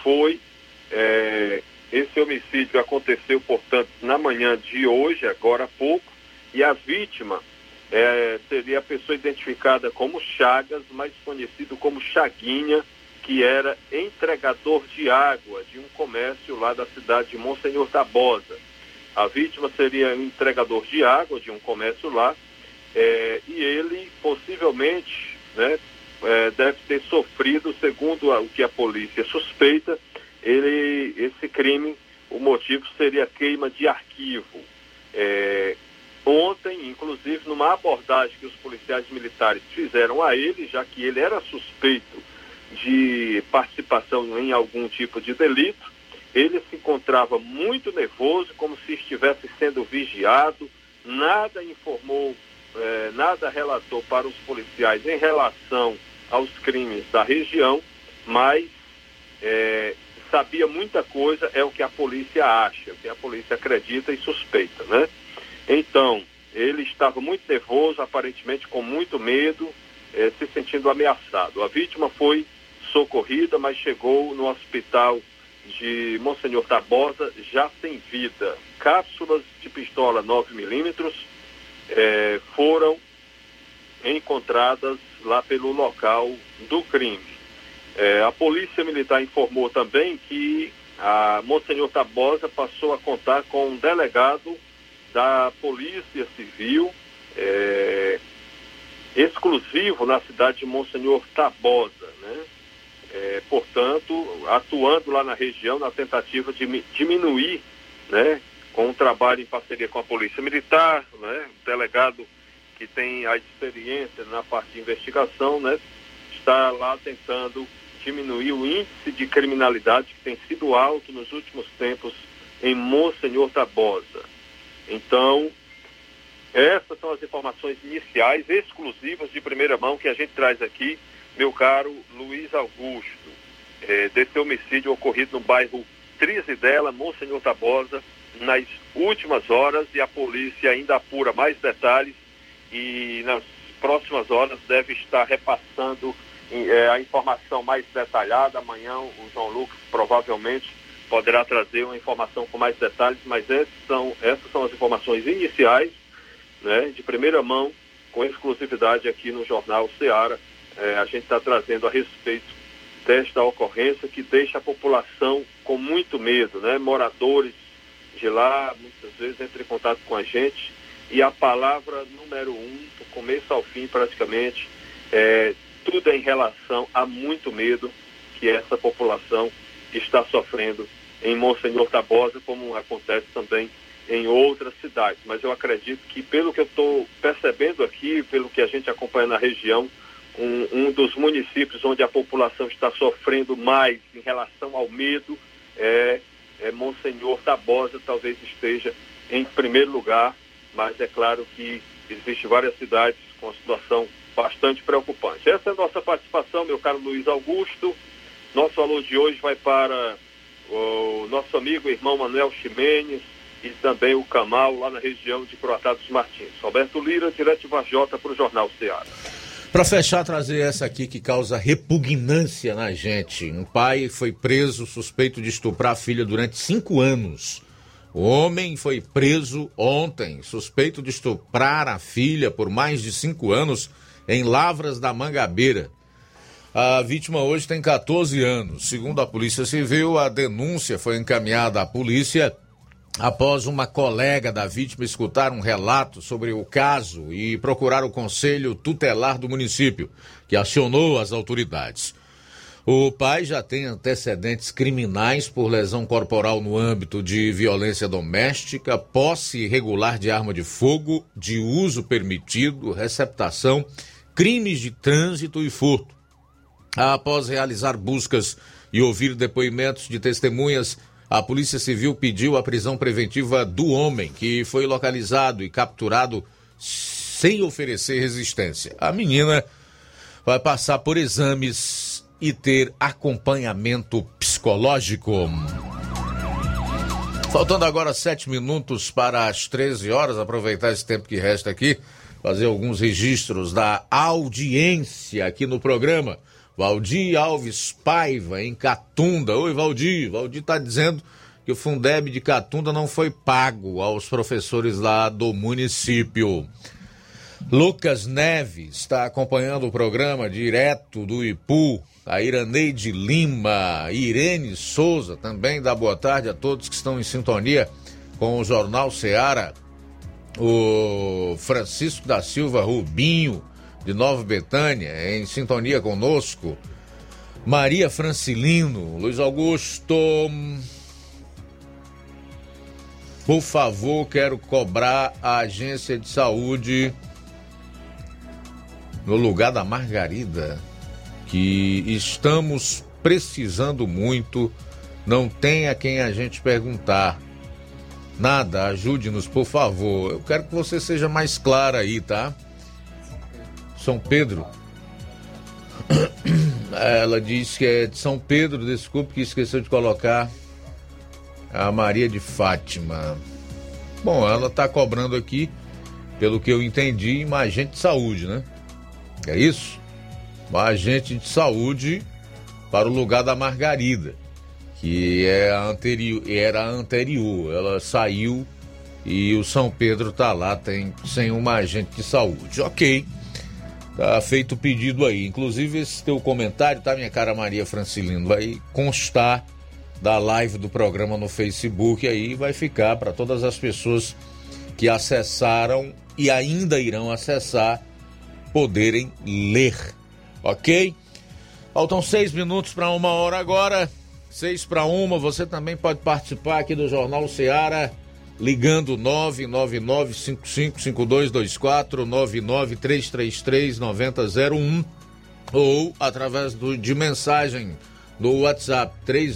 esse homicídio aconteceu, portanto, na manhã de hoje, agora há pouco, e a vítima seria a pessoa identificada como Chagas, mais conhecido como Chaguinha, que era entregador de água de um comércio lá da cidade de Monsenhor Tabosa. A vítima seria um entregador de água de um comércio lá, e ele possivelmente deve ter sofrido, segundo o que a polícia suspeita, esse crime, o motivo seria queima de arquivo. Ontem, inclusive, numa abordagem que os policiais militares fizeram a ele, já que ele era suspeito de participação em algum tipo de delito, ele se encontrava muito nervoso, como se estivesse sendo vigiado, nada informou, nada relatou para os policiais em relação aos crimes da região, mas sabia muita coisa, é o que a polícia acha, o que a polícia acredita e suspeita, né? Então, ele estava muito nervoso, aparentemente com muito medo, se sentindo ameaçado. A vítima foi socorrida, mas chegou no hospital de Monsenhor Tabosa já sem vida. Cápsulas de pistola 9mm foram encontradas lá pelo local do crime. A Polícia Militar informou também que a Monsenhor Tabosa passou a contar com um delegado da Polícia Civil exclusivo na cidade de Monsenhor Tabosa, né? Portanto, atuando lá na região na tentativa de diminuir, né, com um trabalho em parceria com a Polícia Militar, né, o delegado que tem a experiência na parte de investigação, né, está lá tentando diminuir o índice de criminalidade que tem sido alto nos últimos tempos em Monsenhor Tabosa. Então, essas são as informações iniciais, exclusivas de primeira mão que a gente traz aqui, meu caro Luiz Augusto, desse homicídio ocorrido no bairro Trizidela, Monsenhor Tabosa, nas últimas horas, e a polícia ainda apura mais detalhes e nas próximas horas deve estar repassando a informação mais detalhada. Amanhã o João Lucas provavelmente poderá trazer uma informação com mais detalhes, mas essas são as informações iniciais, né, de primeira mão, com exclusividade aqui no Jornal Ceará. A gente está trazendo a respeito desta ocorrência que deixa a população com muito medo, né? Moradores de lá, muitas vezes, entram em contato com a gente e a palavra número 1, do começo ao fim praticamente, tudo é em relação a muito medo que essa população está sofrendo em Monsenhor Tabosa, como acontece também em outras cidades. Mas eu acredito que, pelo que eu estou percebendo aqui, pelo que a gente acompanha na região, um dos municípios onde a população está sofrendo mais em relação ao medo é Monsenhor Tabosa, talvez esteja em primeiro lugar, mas é claro que existem várias cidades com a situação bastante preocupante. Essa é a nossa participação, meu caro Luiz Augusto. Nosso alô de hoje vai para o nosso amigo irmão Manuel Ximenes e também o Camal, lá na região de Croatá dos Martins. Roberto Lira, direto de Varjota, para o Jornal Ceará. Para fechar, trazer essa aqui que causa repugnância na gente. Um pai foi preso suspeito de estuprar a filha durante 5 anos. O homem foi preso ontem, suspeito de estuprar a filha por mais de 5 anos em Lavras da Mangabeira. A vítima hoje tem 14 anos. Segundo a Polícia Civil, a denúncia foi encaminhada à polícia após uma colega da vítima escutar um relato sobre o caso e procurar o Conselho Tutelar do município, que acionou as autoridades. O pai já tem antecedentes criminais por lesão corporal no âmbito de violência doméstica, posse irregular de arma de fogo, de uso permitido, receptação, crimes de trânsito e furto. Após realizar buscas e ouvir depoimentos de testemunhas, a Polícia Civil pediu a prisão preventiva do homem, que foi localizado e capturado sem oferecer resistência. A menina vai passar por exames e ter acompanhamento psicológico. Faltando agora 7 minutos para as 13 horas, aproveitar esse tempo que resta aqui, fazer alguns registros da audiência aqui no programa. Valdir Alves Paiva, em Catunda. Oi, Valdir. Valdir está dizendo que o Fundeb de Catunda não foi pago aos professores lá do município. Lucas Neves está acompanhando o programa direto do Ipu. A Iraneide Lima, Irene Souza também dá boa tarde a todos que estão em sintonia com o Jornal Ceará. O Francisco da Silva Rubinho, de Nova Betânia, em sintonia conosco. Maria Francilino, Luiz Augusto, por favor, quero cobrar a agência de saúde no lugar da Margarida, que estamos precisando muito, não tem a quem a gente perguntar. Nada, ajude-nos, por favor. Eu quero que você seja mais clara aí, tá? São Pedro. Ela diz que é de São Pedro, desculpe que esqueceu de colocar a Maria de Fátima. Bom, ela está cobrando aqui, pelo que eu entendi, uma agente de saúde, né? É isso? Uma agente de saúde para o lugar da Margarida, que era a anterior. Ela saiu e o São Pedro está lá, sem uma agente de saúde. Ok. Tá feito o pedido aí. Inclusive, esse teu comentário, tá, minha cara Maria Francilino, vai constar da live do programa no Facebook, aí vai ficar para todas as pessoas que acessaram e ainda irão acessar poderem ler. Ok? Faltam 6 minutos para 1h agora. 6 para 1, você também pode participar aqui do Jornal Ceará, ligando 999-555224, 99333-9001 ou através de mensagem no WhatsApp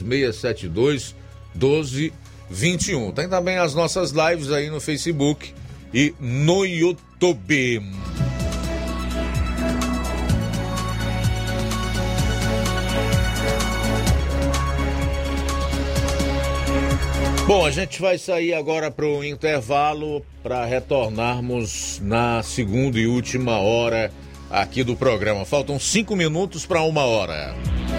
3672-1221. Tem também as nossas lives aí no Facebook e no YouTube. Bom, a gente vai sair agora para o intervalo para retornarmos na segunda e última hora aqui do programa. Faltam 5 minutos para 1h.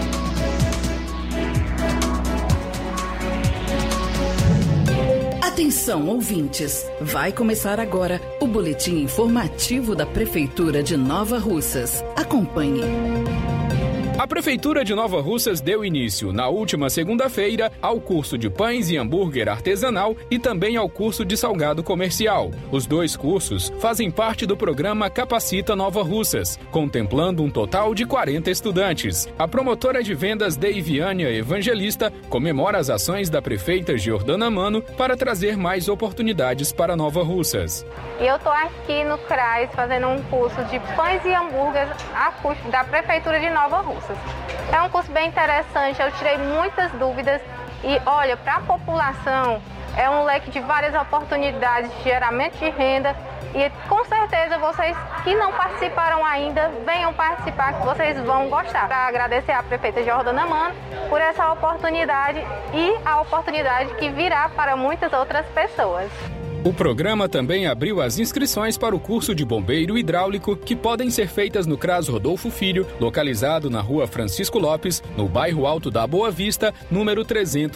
Atenção, ouvintes! Vai começar agora o boletim informativo da Prefeitura de Nova Russas. Acompanhe. A Prefeitura de Nova Russas deu início, na última segunda-feira, ao curso de pães e hambúrguer artesanal e também ao curso de salgado comercial. Os 2 cursos fazem parte do programa Capacita Nova Russas, contemplando um total de 40 estudantes. A promotora de vendas Deiviânia Evangelista comemora as ações da prefeita Giordana Mano para trazer mais oportunidades para Nova Russas. E eu estou aqui no CRAS fazendo um curso de pães e hambúrgueres a custo da Prefeitura de Nova Russas. É um curso bem interessante, eu tirei muitas dúvidas e, olha, para a população é um leque de várias oportunidades de geramento de renda e com certeza vocês que não participaram ainda, venham participar que vocês vão gostar. Para agradecer à prefeita Giordana Mano por essa oportunidade e a oportunidade que virá para muitas outras pessoas. O programa também abriu as inscrições para o curso de bombeiro hidráulico que podem ser feitas no CRAS Rodolfo Filho, localizado na Rua Francisco Lopes, no bairro Alto da Boa Vista, número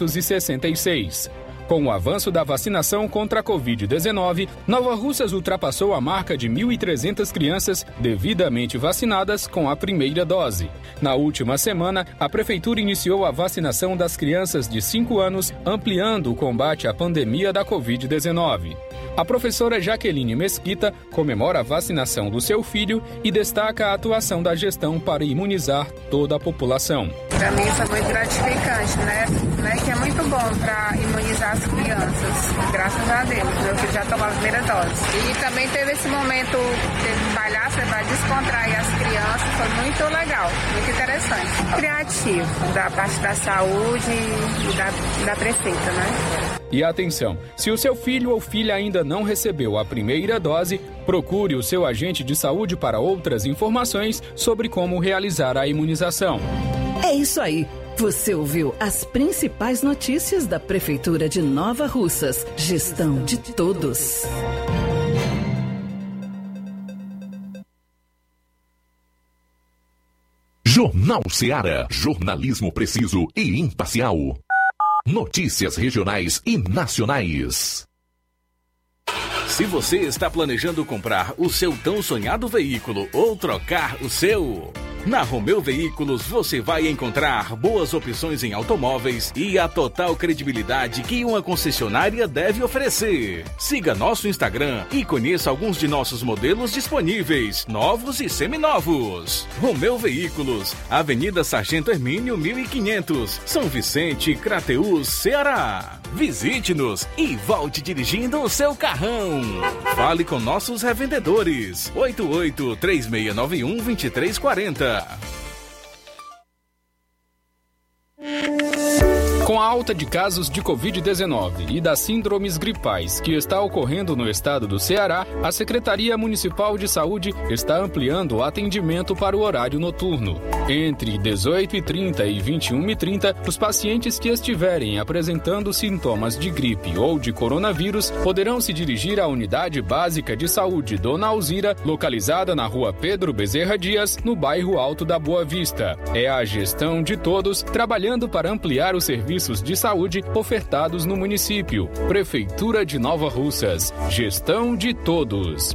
366. Com o avanço da vacinação contra a Covid-19, Nova Russas ultrapassou a marca de 1.300 crianças devidamente vacinadas com a primeira dose. Na última semana, a Prefeitura iniciou a vacinação das crianças de 5 anos, ampliando o combate à pandemia da Covid-19. A professora Jaqueline Mesquita comemora a vacinação do seu filho e destaca a atuação da gestão para imunizar toda a população. Para mim foi muito gratificante, né? Que é muito bom para imunizar as crianças. Graças a Deus, meu filho já tomou a primeira dose. E também teve esse momento de palhaça para descontrair as crianças, foi muito legal, muito interessante. Criativo, da parte da saúde e da prefeita, né? E atenção, se o seu filho ou filha ainda não recebeu a primeira dose, procure o seu agente de saúde para outras informações sobre como realizar a imunização. É isso aí. Você ouviu as principais notícias da Prefeitura de Nova Russas. Gestão de todos. Jornal Ceará. Jornalismo preciso e imparcial. Notícias regionais e nacionais. Se você está planejando comprar o seu tão sonhado veículo ou trocar o seu, na Romeu Veículos você vai encontrar boas opções em automóveis e a total credibilidade que uma concessionária deve oferecer. Siga nosso Instagram e conheça alguns de nossos modelos disponíveis, novos e seminovos. Romeu Veículos, Avenida Sargento Hermínio 1500, São Vicente, Crateús, Ceará. Visite-nos e volte dirigindo o seu carrão. Fale com nossos revendedores. 88-3691-2340. Com a alta de casos de Covid-19 e das síndromes gripais que está ocorrendo no estado do Ceará, a Secretaria Municipal de Saúde está ampliando o atendimento para o horário noturno. Entre 18h30 e 21h30, os pacientes que estiverem apresentando sintomas de gripe ou de coronavírus poderão se dirigir à Unidade Básica de Saúde Dona Alzira, localizada na Rua Pedro Bezerra Dias, no bairro Alto da Boa Vista. É a gestão de todos trabalhando para ampliar os serviços de saúde ofertados no município. Prefeitura de Nova Russas. Gestão de todos.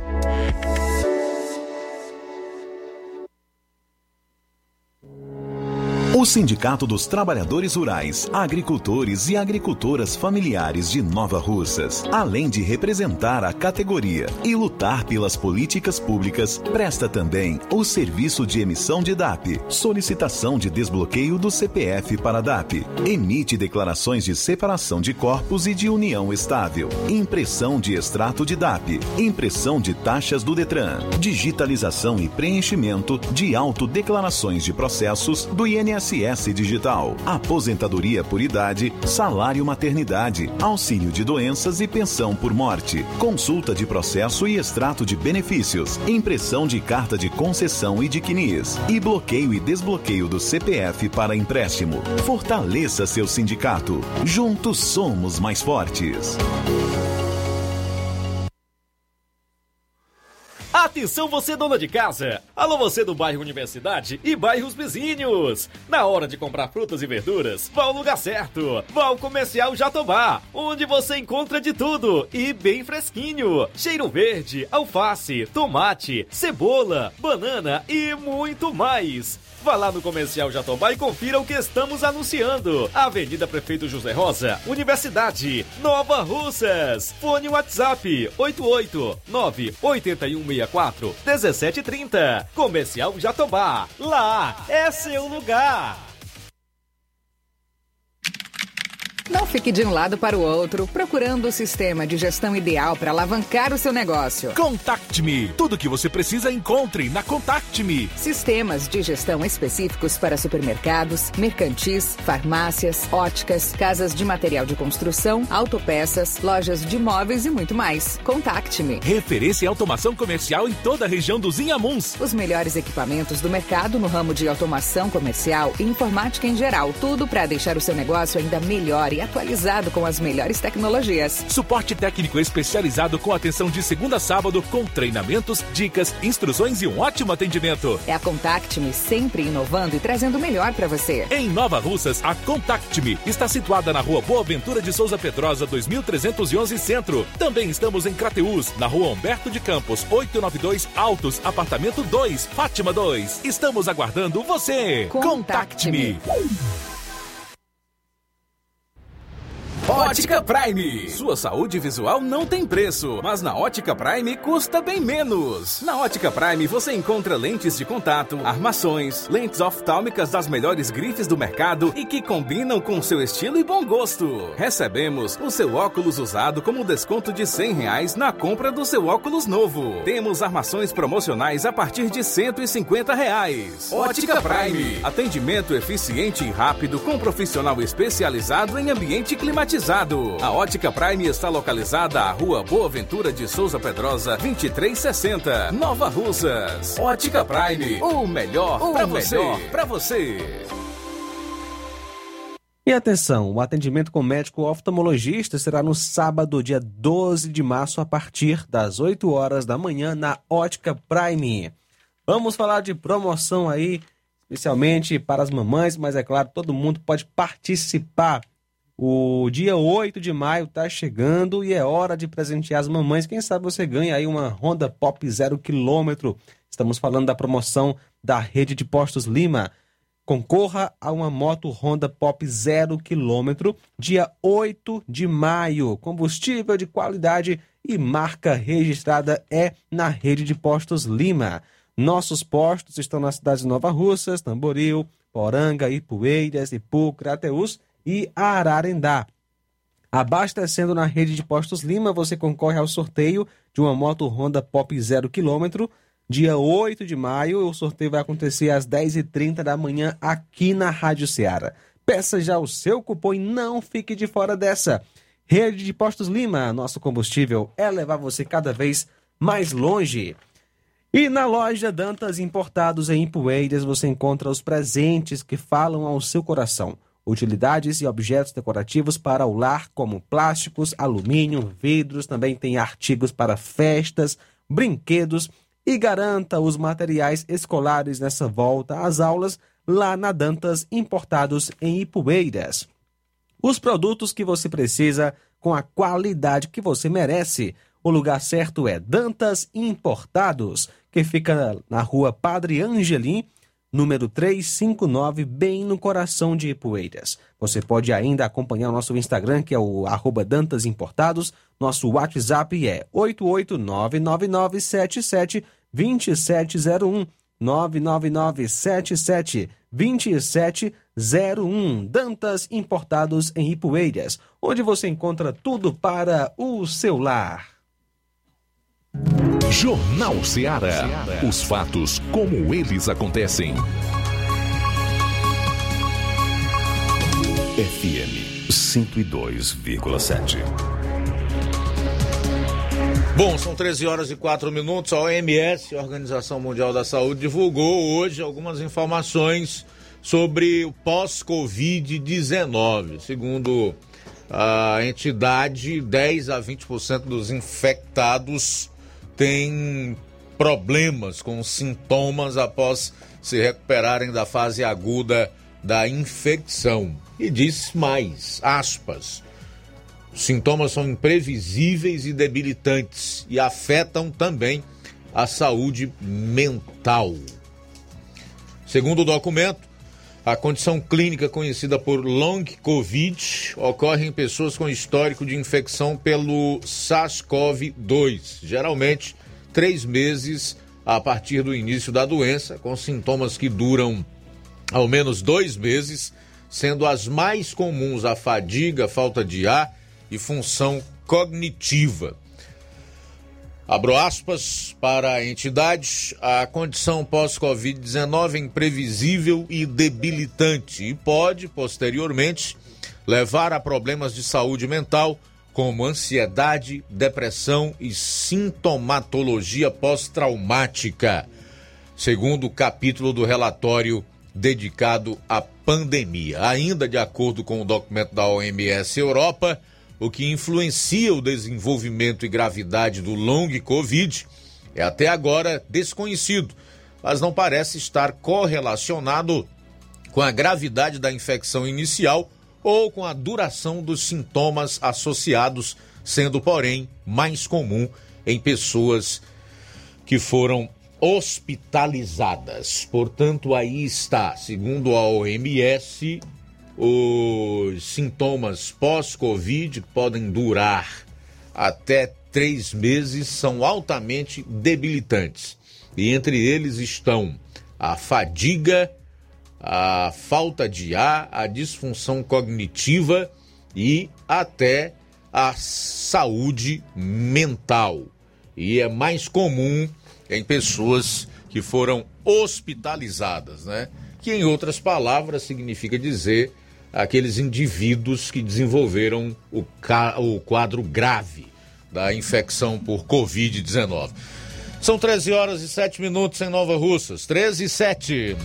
O Sindicato dos Trabalhadores Rurais, Agricultores e Agricultoras Familiares de Nova Russas, além de representar a categoria e lutar pelas políticas públicas, presta também o serviço de emissão de DAP, solicitação de desbloqueio do CPF para DAP, emite declarações de separação de corpos e de união estável, impressão de extrato de DAP, impressão de taxas do Detran, digitalização e preenchimento de autodeclarações de processos do INSS Digital, aposentadoria por idade, salário maternidade, auxílio de doenças e pensão por morte, consulta de processo e extrato de benefícios, impressão de carta de concessão e de CNIS, e bloqueio e desbloqueio do CPF para empréstimo. Fortaleça seu sindicato. Juntos somos mais fortes. Atenção você dona de casa! Alô você do bairro Universidade e bairros vizinhos! Na hora de comprar frutas e verduras, vá ao lugar certo! Vá ao Comercial Jatobá, onde você encontra de tudo e bem fresquinho! Cheiro verde, alface, tomate, cebola, banana e muito mais! Vá lá no Comercial Jatobá e confira o que estamos anunciando. Avenida Prefeito José Rosa, Universidade, Nova Russas. Fone WhatsApp 889-8164-1730. Comercial Jatobá. Lá é seu lugar. Não fique de um lado para o outro, procurando o sistema de gestão ideal para alavancar o seu negócio. Contact-me. Tudo que você precisa encontre na Contact-me. Sistemas de gestão específicos para supermercados, mercantis, farmácias, óticas, casas de material de construção, autopeças, lojas de imóveis e muito mais. Contact-me. Referência em automação comercial em toda a região dos Inhamuns. Os melhores equipamentos do mercado no ramo de automação comercial e informática em geral. Tudo para deixar o seu negócio ainda melhor e atualizado com as melhores tecnologias. Suporte técnico especializado com atenção de segunda a sábado, com treinamentos, dicas, instruções e um ótimo atendimento. É a Contact-me, sempre inovando e trazendo o melhor para você. Em Nova Russas, a Contact-me está situada na Rua Boa Ventura de Souza Pedrosa, 2311 Centro. Também estamos em Crateús, na Rua Humberto de Campos, 892 Altos, apartamento 2, Fátima 2. Estamos aguardando você. Contact-me. Ótica Prime. Sua saúde visual não tem preço, mas na Ótica Prime custa bem menos. Na Ótica Prime você encontra lentes de contato, armações, lentes oftálmicas das melhores grifes do mercado e que combinam com seu estilo e bom gosto. Recebemos o seu óculos usado como desconto de R$100 na compra do seu óculos novo. Temos armações promocionais a partir de R$150. Ótica Prime. Atendimento eficiente e rápido com profissional especializado em ambiente climatizado. A Ótica Prime está localizada à Rua Boa Ventura de Souza Pedrosa, 2360, Nova Russas. Ótica Prime, o melhor para você. E atenção, o atendimento com médico oftalmologista será no sábado, dia 12 de março, a partir das 8 horas da manhã, na Ótica Prime. Vamos falar de promoção aí, especialmente para as mamães, mas é claro, todo mundo pode participar. O dia 8 de maio está chegando e é hora de presentear as mamães. Quem sabe você ganha aí uma Honda Pop 0 km. Estamos falando da promoção da Rede de Postos Lima. Concorra a uma moto Honda Pop 0 km, dia 8 de maio. Combustível de qualidade e marca registrada é na Rede de Postos Lima. Nossos postos estão nas cidades de Nova Russas, Tamboril, Poranga, Ipueiras, Ipu, Crateús e Ararendá. Abastecendo na Rede de Postos Lima, você concorre ao sorteio de uma moto Honda Pop 0 km, dia 8 de maio. O sorteio vai acontecer às 10h30 da manhã aqui na Rádio Ceará. Peça já o seu cupom e não fique de fora dessa. Rede de Postos Lima, nosso combustível é levar você cada vez mais longe. E na loja Dantas Importados em Ipueiras você encontra os presentes que falam ao seu coração. Utilidades e objetos decorativos para o lar, como plásticos, alumínio, vidros, também tem artigos para festas, brinquedos, e garanta os materiais escolares nessa volta às aulas lá na Dantas Importados em Ipueiras. Os produtos que você precisa com a qualidade que você merece. O lugar certo é Dantas Importados, que fica na Rua Padre Angelim, número 359, bem no coração de Ipueiras. Você pode ainda acompanhar o nosso Instagram, que é o @Dantas Importados. Nosso WhatsApp é 88999772701, 999772701. Dantas Importados em Ipueiras, onde você encontra tudo para o seu lar. Jornal Ceará. Os fatos como eles acontecem. FM 102,7. Bom, são 13h04. A OMS, a Organização Mundial da Saúde, divulgou hoje algumas informações sobre o pós-Covid-19. Segundo a entidade, 10 a 20% dos infectados têm problemas com sintomas após se recuperarem da fase aguda da infecção. E diz mais, aspas, os sintomas são imprevisíveis e debilitantes e afetam também a saúde mental. Segundo o documento, a condição clínica conhecida por Long Covid ocorre em pessoas com histórico de infecção pelo SARS-CoV-2, geralmente 3 meses a partir do início da doença, com sintomas que duram ao menos 2 meses, sendo as mais comuns a fadiga, falta de ar e função cognitiva. Abro aspas para a entidade, a condição pós-Covid-19 é imprevisível e debilitante e pode, posteriormente, levar a problemas de saúde mental, como ansiedade, depressão e sintomatologia pós-traumática, segundo o capítulo do relatório dedicado à pandemia. Ainda de acordo com o documento da OMS Europa, o que influencia o desenvolvimento e gravidade do long Covid é até agora desconhecido, mas não parece estar correlacionado com a gravidade da infecção inicial ou com a duração dos sintomas associados, sendo, porém, mais comum em pessoas que foram hospitalizadas. Portanto, aí está, segundo a OMS, os sintomas pós-Covid, que podem durar até 3 meses, são altamente debilitantes. E entre eles estão a fadiga, a falta de ar, a disfunção cognitiva e até a saúde mental. E é mais comum em pessoas que foram hospitalizadas, né? Que, em outras palavras, significa dizer aqueles indivíduos que desenvolveram o quadro grave da infecção por Covid-19. São 13 horas e 7 minutos em Nova Russas. 13 e 7.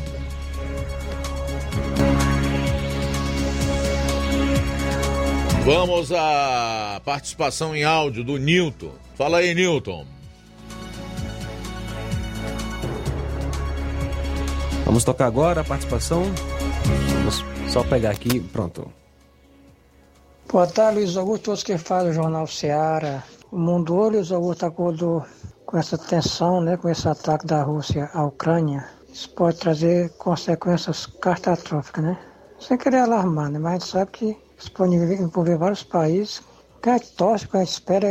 Vamos à participação em áudio do Nilton. Fala aí, Nilton. Vamos tocar agora a participação. Vamos só pegar aqui, pronto. Boa tarde, Luiz Augusto, todos que fazem o Jornal Seara. O mundo hoje, Luiz Augusto, acordou com essa tensão, né, com esse ataque da Rússia à Ucrânia. Isso pode trazer consequências catastróficas, né? Sem querer alarmar, né? Mas a gente sabe que isso pode envolver vários países. O que a gente torce, o que a gente espera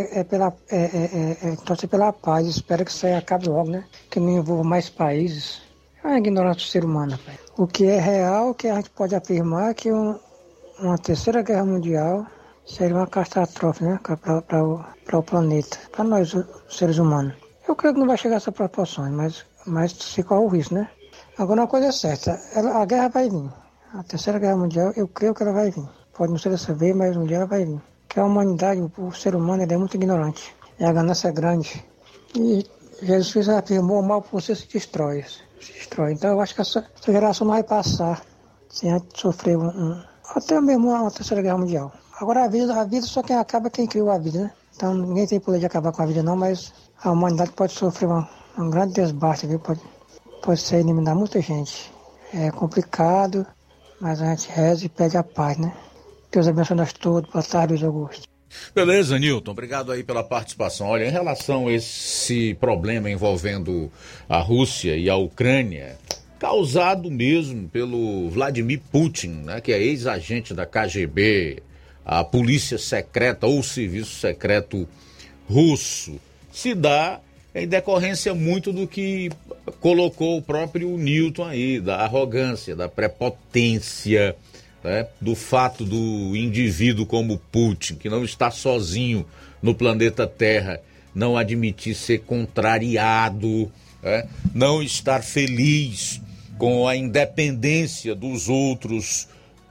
torce pela paz, espera que isso aí acabe logo, né? Que não envolva mais países. É a ignorância do ser humano, rapaz. O que é real, que a gente pode afirmar que uma terceira guerra mundial seria uma catástrofe, né? Para o planeta, para nós, os seres humanos. Eu creio que não vai chegar a essas proporções, mas se corre o risco, né? Agora, uma coisa é certa, a guerra vai vir. A terceira guerra mundial, eu creio que ela vai vir. Pode não ser dessa vez, mas um dia ela vai vir. Porque a humanidade, o ser humano, ele é muito ignorante. E a ganância é grande. E Jesus Cristo afirmou: o mal por si se destrói. Então eu acho que essa geração não vai passar sem a gente sofrer até mesmo uma terceira guerra mundial. Agora a vida só quem acaba é quem criou a vida, né? Então ninguém tem poder de acabar com a vida não, mas a humanidade pode sofrer um grande desbaste, viu? Pode ser eliminar muita gente. É complicado, mas a gente reza e pede a paz, né? Deus abençoe nós todos. Boa tarde, Luiz Augusto. Beleza, Nilton, obrigado aí pela participação. Olha, em relação a esse problema envolvendo a Rússia e a Ucrânia, causado mesmo pelo Vladimir Putin, né, que é ex-agente da KGB, a polícia secreta ou serviço secreto russo, se dá em decorrência muito do que colocou o próprio Nilton aí, da arrogância, da prepotência, né, do fato do indivíduo como Putin, que não está sozinho no planeta Terra, não admitir ser contrariado, né, não estar feliz com a independência dos outros,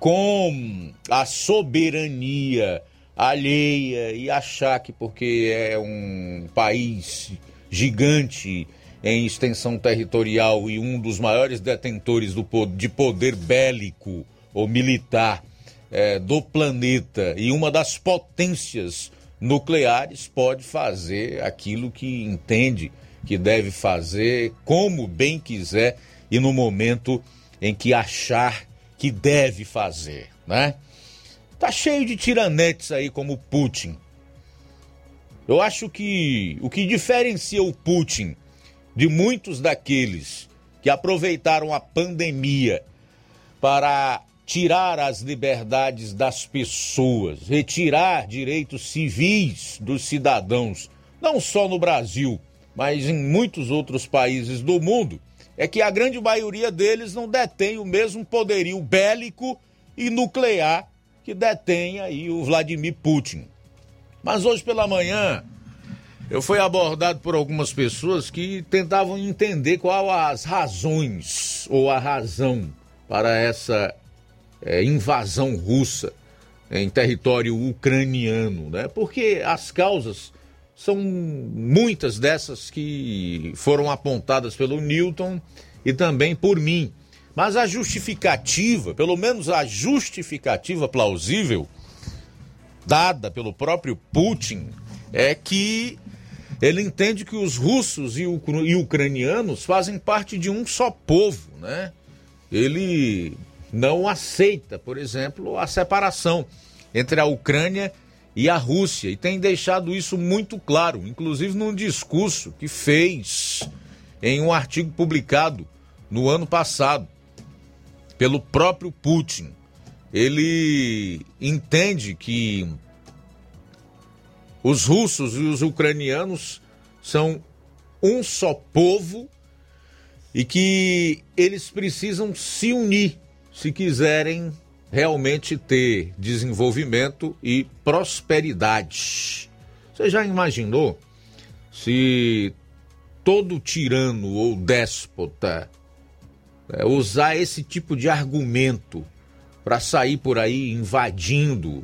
com a soberania alheia e achar que porque é um país gigante em extensão territorial e um dos maiores detentores de poder bélico ou militar do planeta e uma das potências nucleares pode fazer aquilo que entende que deve fazer, como bem quiser e no momento em que achar que deve fazer, né? Tá cheio de tiranetes aí como Putin. Eu acho que o que diferencia o Putin de muitos daqueles que aproveitaram a pandemia para tirar as liberdades das pessoas, retirar direitos civis dos cidadãos, não só no Brasil, mas em muitos outros países do mundo, é que a grande maioria deles não detém o mesmo poderio bélico e nuclear que detém aí o Vladimir Putin. Mas hoje pela manhã eu fui abordado por algumas pessoas que tentavam entender qual as razões ou a razão para essa invasão russa em território ucraniano, né? Porque as causas são muitas dessas que foram apontadas pelo Newton e também por mim. Mas a justificativa, pelo menos a justificativa plausível, dada pelo próprio Putin, é que ele entende que os russos e ucranianos fazem parte de um só povo, né? Ele não aceita, por exemplo, a separação entre a Ucrânia e a Rússia, e tem deixado isso muito claro, inclusive num discurso que fez em um artigo publicado no ano passado pelo próprio Putin. Ele entende que os russos e os ucranianos são um só povo e que eles precisam se unir se quiserem realmente ter desenvolvimento e prosperidade. Você já imaginou se todo tirano ou déspota usar esse tipo de argumento para sair por aí invadindo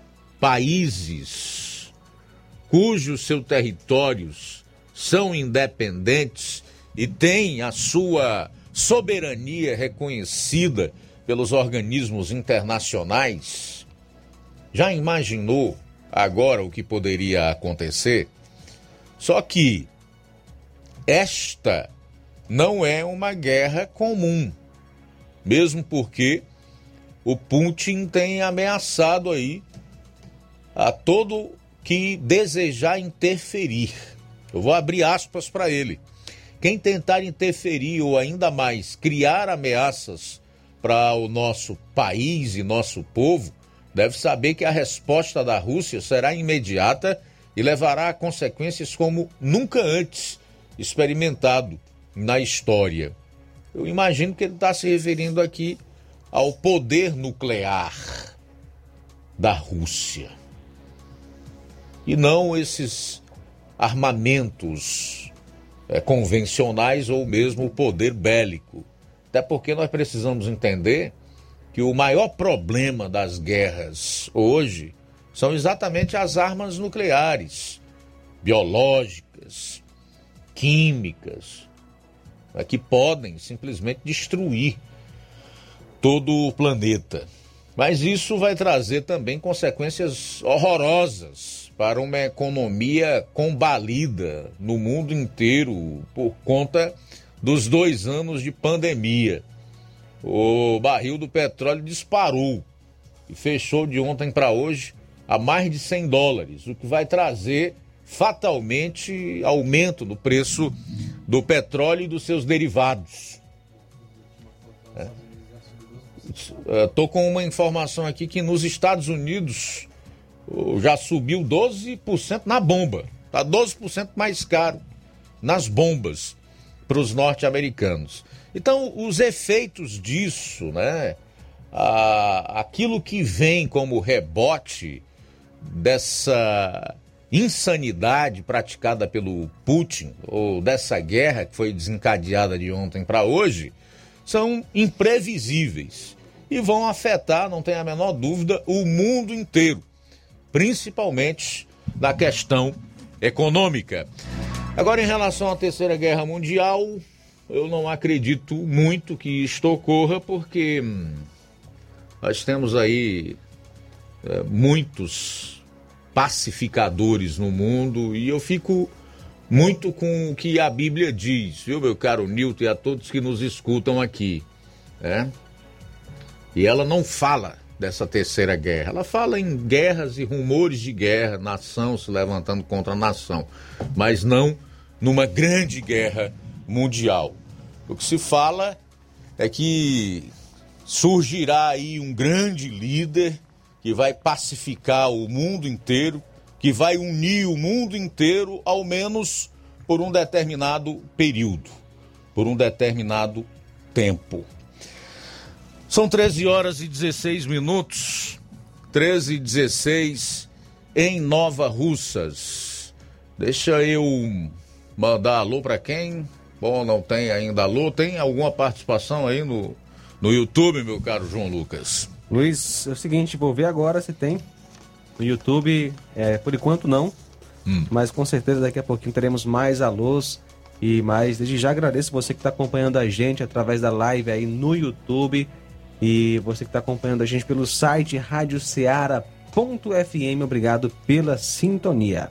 países cujos seus territórios são independentes e têm a sua soberania reconhecida pelos organismos internacionais? Já imaginou agora o que poderia acontecer? Só que esta não é uma guerra comum, mesmo porque o Putin tem ameaçado aí a todo que desejar interferir. Eu vou abrir aspas para ele. Quem tentar interferir ou ainda mais criar ameaças para o nosso país e nosso povo, deve saber que a resposta da Rússia será imediata e levará a consequências como nunca antes experimentado na história. Eu imagino que ele está se referindo aqui ao poder nuclear da Rússia. E não esses armamentos convencionais ou mesmo o poder bélico. Até porque nós precisamos entender que o maior problema das guerras hoje são exatamente as armas nucleares, biológicas, químicas, que podem simplesmente destruir todo o planeta. Mas isso vai trazer também consequências horrorosas para uma economia combalida no mundo inteiro por conta dos 2 anos de pandemia. O barril do petróleo disparou e fechou de ontem para hoje a mais de $100, o que vai trazer fatalmente aumento no preço do petróleo e dos seus derivados. Estou com uma informação aqui que nos Estados Unidos já subiu 12% na bomba. Está 12% mais caro nas bombas para os norte-americanos. Então, os efeitos disso, né? Aquilo que vem como rebote dessa insanidade praticada pelo Putin, ou dessa guerra que foi desencadeada de ontem para hoje, são imprevisíveis e vão afetar, não tem a menor dúvida, o mundo inteiro, principalmente na questão econômica. Agora, em relação à Terceira Guerra Mundial, eu não acredito muito que isto ocorra, porque nós temos aí muitos pacificadores no mundo e eu fico muito com o que a Bíblia diz, viu, meu caro Nilton, e a todos que nos escutam aqui, né? E ela não fala dessa terceira guerra, ela fala em guerras e rumores de guerra, nação se levantando contra a nação, mas não numa grande guerra mundial. O que se fala é que surgirá aí um grande líder que vai pacificar o mundo inteiro, que vai unir o mundo inteiro, ao menos por um determinado período, por um determinado tempo. São 13 horas e 16 minutos, 13h16 em Nova Russas. Deixa eu mandar alô para quem? Bom, não tem ainda alô. Tem alguma participação aí no YouTube, meu caro João Lucas? Luiz, é o seguinte, vou ver agora se tem no YouTube. Por enquanto não, mas com certeza daqui a pouquinho teremos mais alôs e mais. Desde já agradeço você que está acompanhando a gente através da live aí no YouTube e você que está acompanhando a gente pelo site radioceara.fm. Obrigado pela sintonia.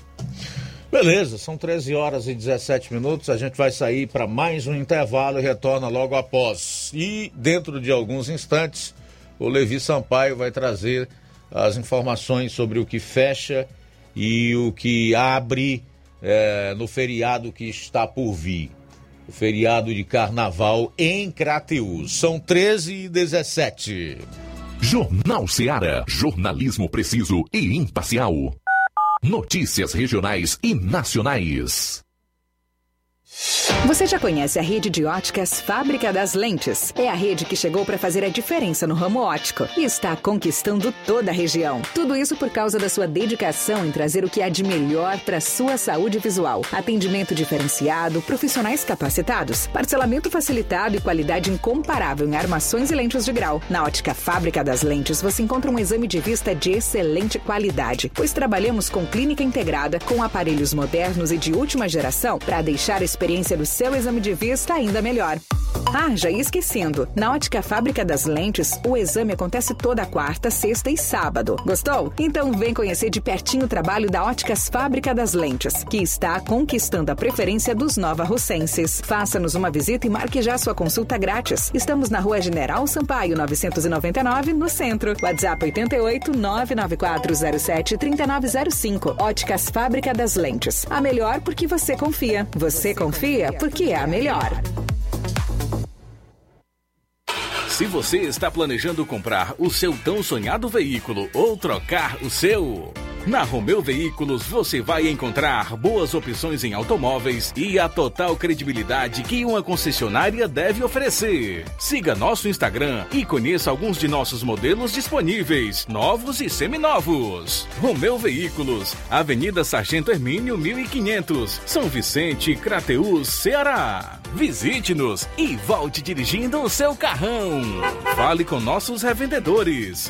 Beleza, são 13 horas e 17 minutos, a gente vai sair para mais um intervalo e retorna logo após. E dentro de alguns instantes, o Levi Sampaio vai trazer as informações sobre o que fecha e o que abre no feriado que está por vir. O feriado de Carnaval em Crateús. São 13h17. Jornal Ceará, jornalismo preciso e imparcial. Notícias regionais e nacionais. Você já conhece a rede de óticas Fábrica das Lentes? É a rede que chegou para fazer a diferença no ramo óptico e está conquistando toda a região. Tudo isso por causa da sua dedicação em trazer o que há de melhor para sua saúde visual. Atendimento diferenciado, profissionais capacitados, parcelamento facilitado e qualidade incomparável em armações e lentes de grau. Na ótica Fábrica das Lentes você encontra um exame de vista de excelente qualidade, pois trabalhamos com clínica integrada, com aparelhos modernos e de última geração para deixar a experiência do seu exame de vista ainda melhor. Ah, já ia esquecendo. Na ótica Fábrica das Lentes, o exame acontece toda quarta, sexta e sábado. Gostou? Então vem conhecer de pertinho o trabalho da Óticas Fábrica das Lentes, que está conquistando a preferência dos novarrossenses. Faça-nos uma visita e marque já sua consulta grátis. Estamos na Rua General Sampaio, 999, no centro. WhatsApp 88 99407 3905. Óticas Fábrica das Lentes. A melhor porque você confia. Você confia porque é a melhor. Se você está planejando comprar o seu tão sonhado veículo ou trocar o seu, na Romeu Veículos você vai encontrar boas opções em automóveis e a total credibilidade que uma concessionária deve oferecer. Siga nosso Instagram e conheça alguns de nossos modelos disponíveis, novos e seminovos. Romeu Veículos, Avenida Sargento Hermínio 1500, São Vicente, Crateús, Ceará. Visite-nos e volte dirigindo o seu carrão. Fale com nossos revendedores.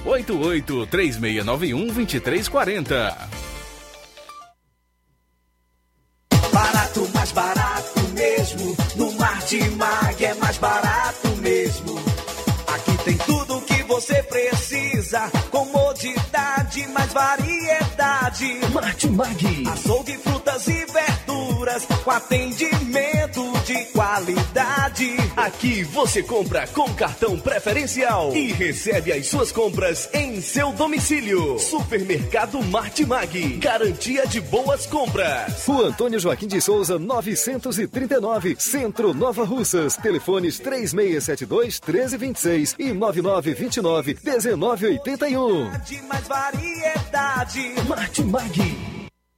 88-3691-2340. Barato, mais barato mesmo. No Martimag é mais barato mesmo. Aqui tem tudo o que você precisa. Comodidade, mais variedade. Martimag. Açougue, frutas e verduras com atendimento de qualidade. Aqui você compra com cartão preferencial e recebe as suas compras em seu domicílio. Supermercado Martimag, garantia de boas compras. Rua Antônio Joaquim de Souza, 939, Centro, Nova Russas. Telefones 3672-1326 e 9929-1981. Mais variedade. Martimag.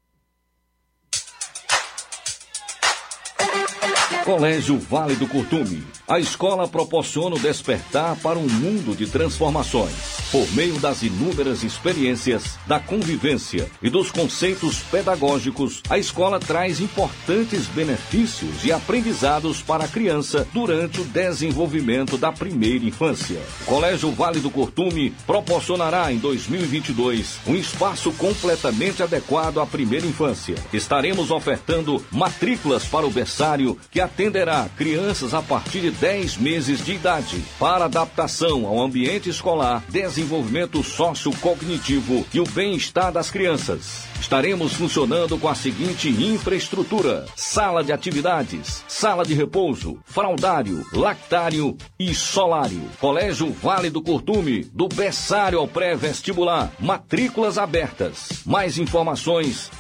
Colégio Vale do Curtume. A escola proporciona o despertar para um mundo de transformações. Por meio das inúmeras experiências, da convivência e dos conceitos pedagógicos, a escola traz importantes benefícios e aprendizados para a criança durante o desenvolvimento da primeira infância. O Colégio Vale do Curtume proporcionará em 2022 um espaço completamente adequado à primeira infância. Estaremos ofertando matrículas para o berçário que atenderá crianças a partir de 10 meses de idade, para adaptação ao ambiente escolar, desenvolvimento sociocognitivo e o bem-estar das crianças. Estaremos funcionando com a seguinte infraestrutura: sala de atividades, sala de repouso, fraldário, lactário e solário. Colégio Vale do Curtume, do berçário ao pré-vestibular. Matrículas abertas. Mais informações: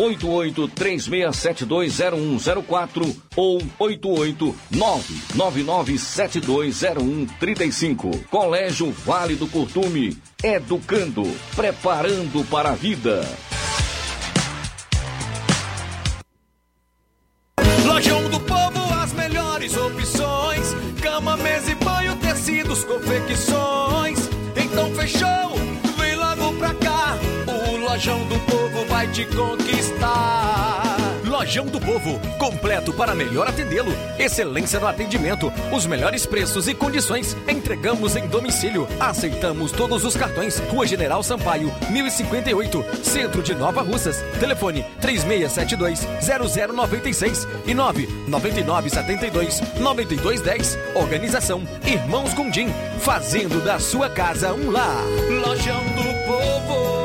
8836720104 ou 88999720135. Colégio Vale do Curtume, educando, preparando para a vida. Lojão do Povo, as melhores opções: cama, mesa e banho, tecidos, confecções. Então fechou, vem logo pra cá, o Lojão do Povo vai te conquistar. Lojão do Povo, completo para melhor atendê-lo. Excelência no atendimento, os melhores preços e condições. Entregamos em domicílio. Aceitamos todos os cartões. Rua General Sampaio, 1058, Centro de Nova Russas. Telefone 3672-0096 e 99972-9210. Organização Irmãos Gondim, fazendo da sua casa um lar. Lojão do Povo.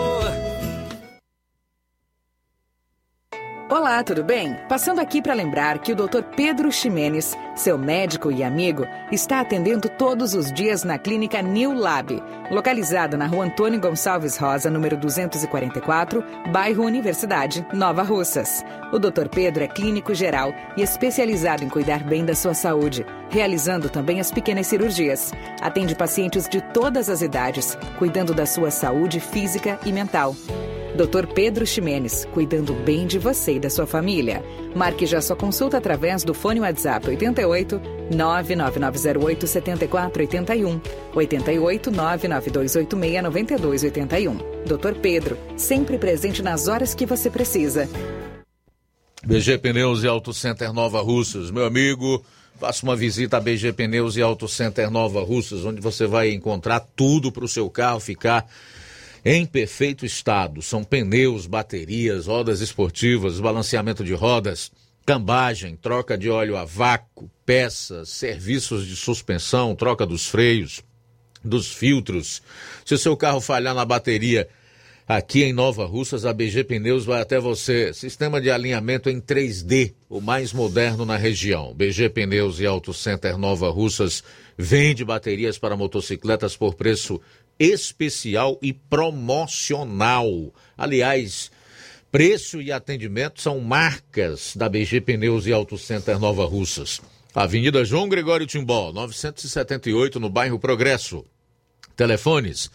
Olá, tudo bem? Passando aqui para lembrar que o Dr. Pedro Ximenes, seu médico e amigo, está atendendo todos os dias na clínica New Lab, localizada na Rua Antônio Gonçalves Rosa, número 244, bairro Universidade, Nova Russas. O Dr. Pedro é clínico geral e especializado em cuidar bem da sua saúde, realizando também as pequenas cirurgias. Atende pacientes de todas as idades, cuidando da sua saúde física e mental. Dr. Pedro Ximenes, cuidando bem de você e da sua família. Marque já sua consulta através do fone WhatsApp 88 99908 7481, 88 99286 9281. Dr. Pedro, sempre presente nas horas que você precisa. BG Pneus e Auto Center Nova Russas. Meu amigo, faça uma visita a BG Pneus e Auto Center Nova Russas, onde você vai encontrar tudo para o seu carro ficar em perfeito estado. São pneus, baterias, rodas esportivas, balanceamento de rodas, cambagem, troca de óleo a vácuo, peças, serviços de suspensão, troca dos freios, dos filtros. Se o seu carro falhar na bateria, aqui em Nova Russas, a BG Pneus vai até você. Sistema de alinhamento em 3D, o mais moderno na região. BG Pneus e Auto Center Nova Russas vende baterias para motocicletas por preço especial e promocional. Aliás, preço e atendimento são marcas da BG Pneus e Auto Center Nova Russas. Avenida João Gregório Timbó, 978, no bairro Progresso. Telefones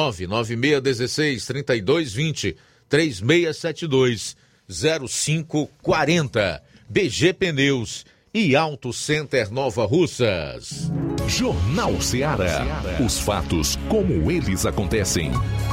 99616-3220, 3672-0540. BG Pneus e Auto Center Nova Russas. Jornal Ceará. Os fatos como eles acontecem.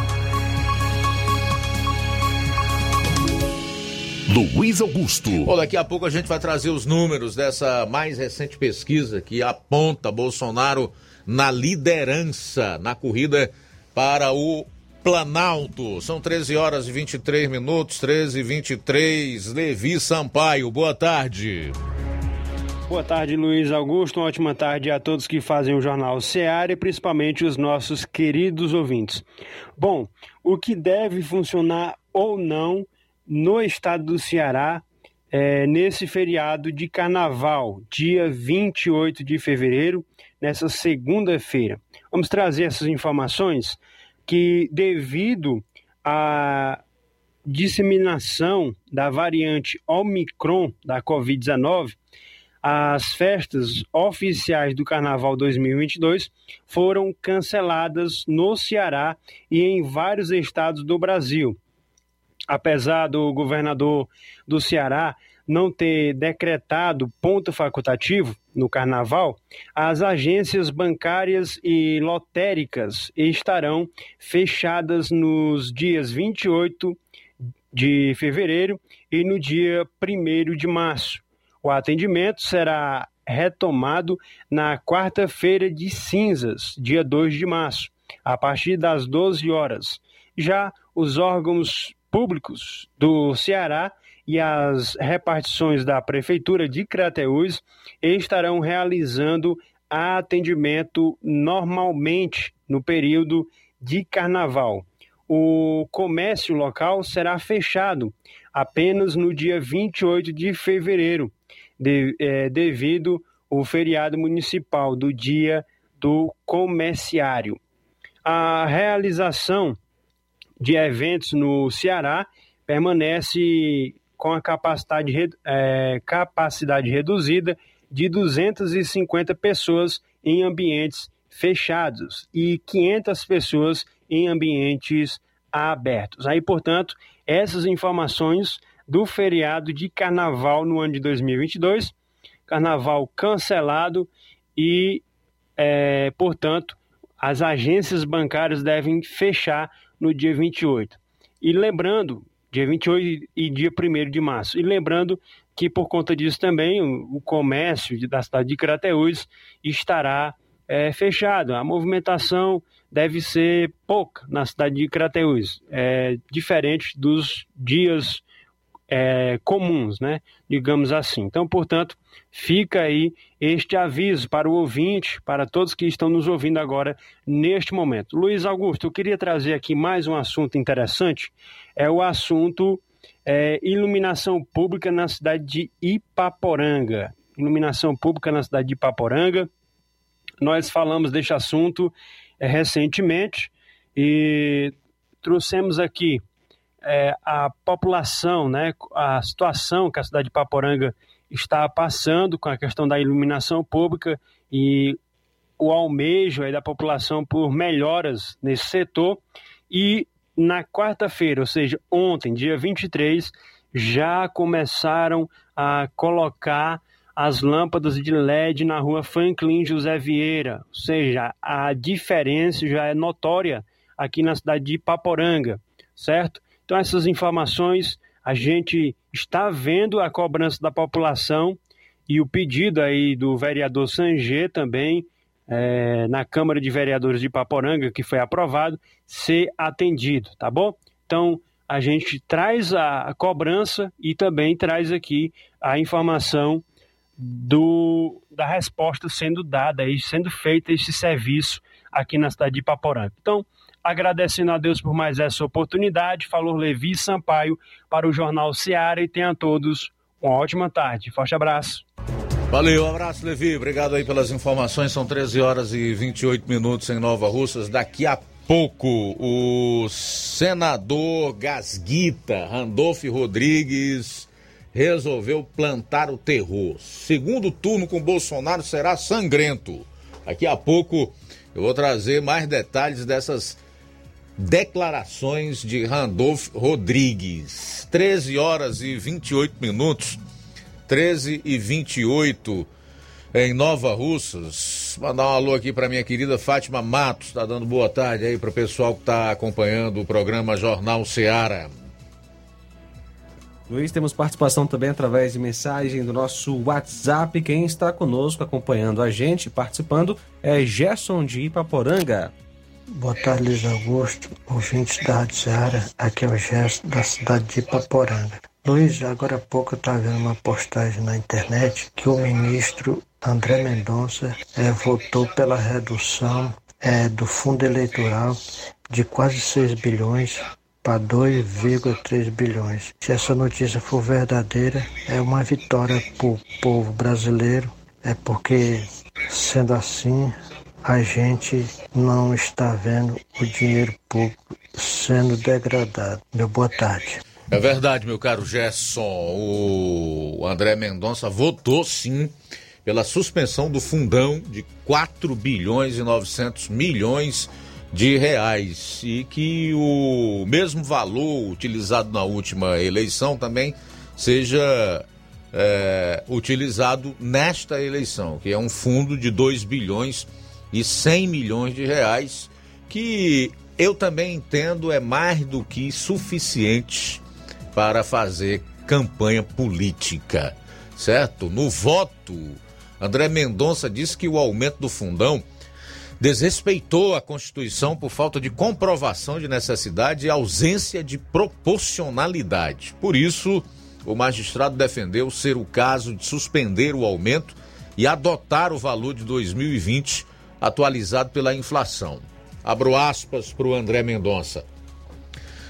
Luiz Augusto. Bom, daqui a pouco a gente vai trazer os números dessa mais recente pesquisa que aponta Bolsonaro na liderança na corrida para o Planalto. São 13 horas e 23 minutos, 13h23. Levi Sampaio, boa tarde. Boa tarde, Luiz Augusto. Uma ótima tarde a todos que fazem o Jornal Ceará e principalmente os nossos queridos ouvintes. Bom, o que deve funcionar ou não no estado do Ceará nesse feriado de carnaval, dia 28 de fevereiro, nessa segunda-feira. Vamos trazer essas informações que, devido à disseminação da variante Omicron da Covid-19, as festas oficiais do Carnaval 2022 foram canceladas no Ceará e em vários estados do Brasil. Apesar do governador do Ceará não ter decretado ponto facultativo no Carnaval, as agências bancárias e lotéricas estarão fechadas nos dias 28 de fevereiro e no dia 1º de março. O atendimento será retomado na quarta-feira de cinzas, dia 2 de março, a partir das 12 horas. Já os órgãos públicos do Ceará e as repartições da Prefeitura de Crateús estarão realizando atendimento normalmente no período de carnaval. o comércio local será fechado apenas no dia 28 de fevereiro, devido ao feriado municipal do Dia do Comerciário. A realização de eventos no Ceará permanece com a capacidade reduzida de 250 pessoas em ambientes fechados e 500 pessoas em ambientes abertos. Aí, portanto, essas informações do feriado de carnaval no ano de 2022, carnaval cancelado e, portanto, as agências bancárias devem fechar no dia 28. E lembrando, dia 28 e dia 1º de março. E lembrando que, por conta disso também, o comércio da cidade de Crateús estará fechado. A movimentação deve ser pouca na cidade de Crateús, diferente dos dias comuns, né? Digamos assim. Então, portanto, fica aí este aviso para o ouvinte, para todos que estão nos ouvindo agora neste momento. Luiz Augusto, eu queria trazer aqui mais um assunto interessante, é o assunto iluminação pública na cidade de Ipaporanga. Iluminação pública na cidade de Ipaporanga. Nós falamos deste assunto recentemente e trouxemos aqui a população, né, a situação que a cidade de Ipaporanga está passando com a questão da iluminação pública e o almejo aí da população por melhoras nesse setor. E na quarta-feira, ou seja, ontem, dia 23, já começaram a colocar as lâmpadas de LED na rua Franklin José Vieira, ou seja, a diferença já é notória aqui na cidade de Ipaporanga, certo? Então essas informações, a gente está vendo a cobrança da população e o pedido aí do vereador Sanger também, na Câmara de Vereadores de Ipaporanga, que foi aprovado, ser atendido, tá bom? Então a gente traz a cobrança e também traz aqui a informação da resposta sendo dada e sendo feito esse serviço aqui na cidade de Ipaporanga. Então, agradecendo a Deus por mais essa oportunidade, falou Levi Sampaio para o Jornal Seara e tenham todos uma ótima tarde. Forte abraço. Valeu, abraço, Levi. Obrigado aí pelas informações. São 13 horas e 28 minutos em Nova Russas. Daqui a pouco, o senador Gasguita, Randolfo Rodrigues, resolveu plantar o terror. Segundo turno com Bolsonaro será sangrento. Daqui a pouco eu vou trazer mais detalhes dessas declarações de Randolfo Rodrigues. 13 horas e 28 minutos. 13 e 28 em Nova Russas. Mandar um alô aqui para minha querida Fátima Matos. Tá dando boa tarde aí para o pessoal que está acompanhando o programa Jornal Seara. Luiz, temos participação também através de mensagem do nosso WhatsApp. Quem está conosco acompanhando a gente, participando, é Gerson de Ipaporanga. Boa tarde, Luiz Augusto, ouvintes da Rádio Seara. Aqui é o Gerson da cidade de Ipaporanga. Luiz, agora há pouco eu estava vendo uma postagem na internet que o ministro André Mendonça votou pela redução do fundo eleitoral de quase 6 bilhões para 2,3 bilhões. Se essa notícia for verdadeira, é uma vitória para o povo brasileiro, porque, sendo assim, a gente não está vendo o dinheiro público sendo degradado. Meu boa tarde. É verdade, meu caro Gerson. O André Mendonça votou, sim, pela suspensão do fundão de 4 bilhões e 900 milhões de reais e que o mesmo valor utilizado na última eleição também seja utilizado nesta eleição, que é um fundo de 2 bilhões e 100 milhões de reais, que eu também entendo é mais do que suficiente para fazer campanha política, certo? No voto, André Mendonça disse que o aumento do fundão desrespeitou a Constituição por falta de comprovação de necessidade e ausência de proporcionalidade. Por isso, o magistrado defendeu ser o caso de suspender o aumento e adotar o valor de 2020 atualizado pela inflação. Abro aspas para o André Mendonça.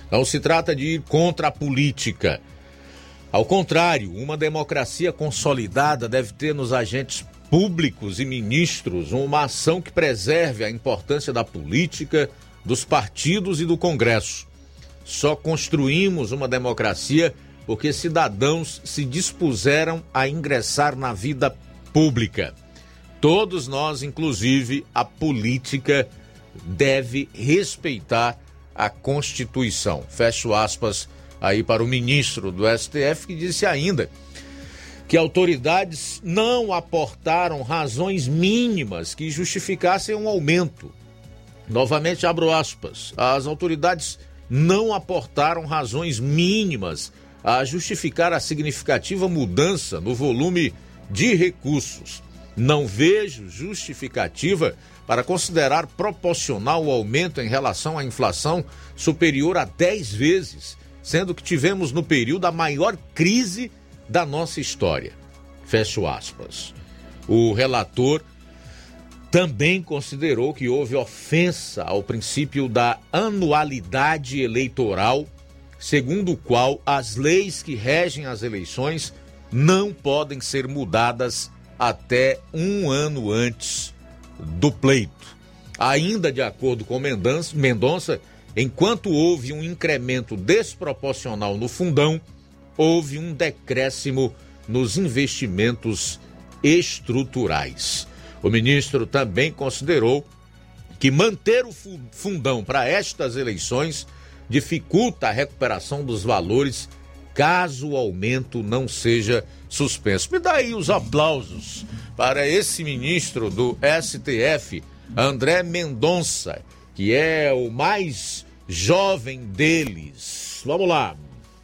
Não se trata de ir contra a política. Ao contrário, uma democracia consolidada deve ter nos agentes públicos e ministros uma ação que preserve a importância da política, dos partidos e do Congresso. Só construímos uma democracia porque cidadãos se dispuseram a ingressar na vida pública. Todos nós, inclusive a política, deve respeitar a Constituição. Fecho aspas aí para o ministro do STF, que disse ainda que autoridades não aportaram razões mínimas que justificassem um aumento. Novamente abro aspas. As autoridades não aportaram razões mínimas a justificar a significativa mudança no volume de recursos. Não vejo justificativa para considerar proporcional o aumento em relação à inflação superior a 10 vezes, sendo que tivemos no período a maior crise da nossa história. Fecho aspas. O relator também considerou que houve ofensa ao princípio da anualidade eleitoral, segundo o qual as leis que regem as eleições não podem ser mudadas até um ano antes do pleito. Ainda de acordo com Mendonça, enquanto houve um incremento desproporcional no fundão, houve um decréscimo nos investimentos estruturais. O ministro também considerou que manter o fundão para estas eleições dificulta a recuperação dos valores caso o aumento não seja suspenso. Me dá aí os aplausos para esse ministro do STF, André Mendonça, que é o mais jovem deles. Vamos lá.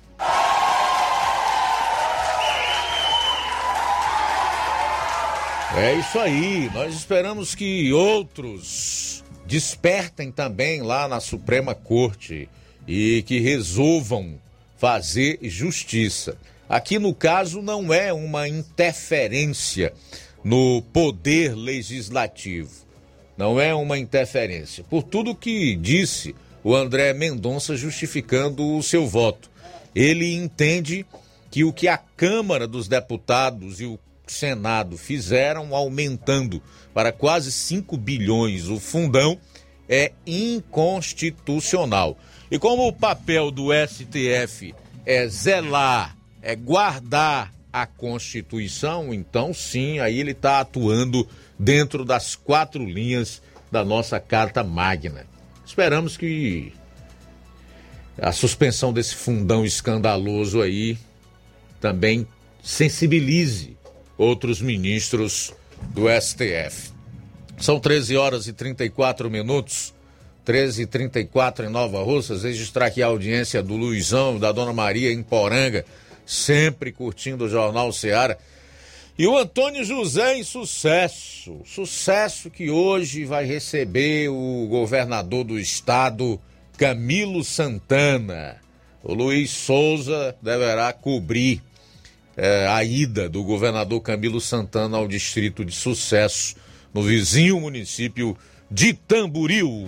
É isso aí, nós esperamos que outros despertem também lá na Suprema Corte e que resolvam fazer justiça. Aqui no caso não é uma interferência no poder legislativo, não é uma interferência. Por tudo que disse o André Mendonça justificando o seu voto, ele entende que o que a Câmara dos Deputados e o Senado fizeram, aumentando para quase 5 bilhões o fundão, é inconstitucional. E como o papel do STF é zelar, é guardar a Constituição, então sim, aí ele está atuando dentro das 4 linhas da nossa Carta Magna. Esperamos que a suspensão desse fundão escandaloso aí também sensibilize outros ministros do STF. São 13 horas e 34 minutos, 13h34 em Nova Russas. Registrar aqui a audiência do Luizão, da Dona Maria em Poranga, sempre curtindo o Jornal Ceará. E o Antônio José em sucesso que hoje vai receber o governador do estado, Camilo Santana. O Luiz Souza deverá cobrir a ida do governador Camilo Santana ao distrito de Sucesso, no vizinho município de Tamboril.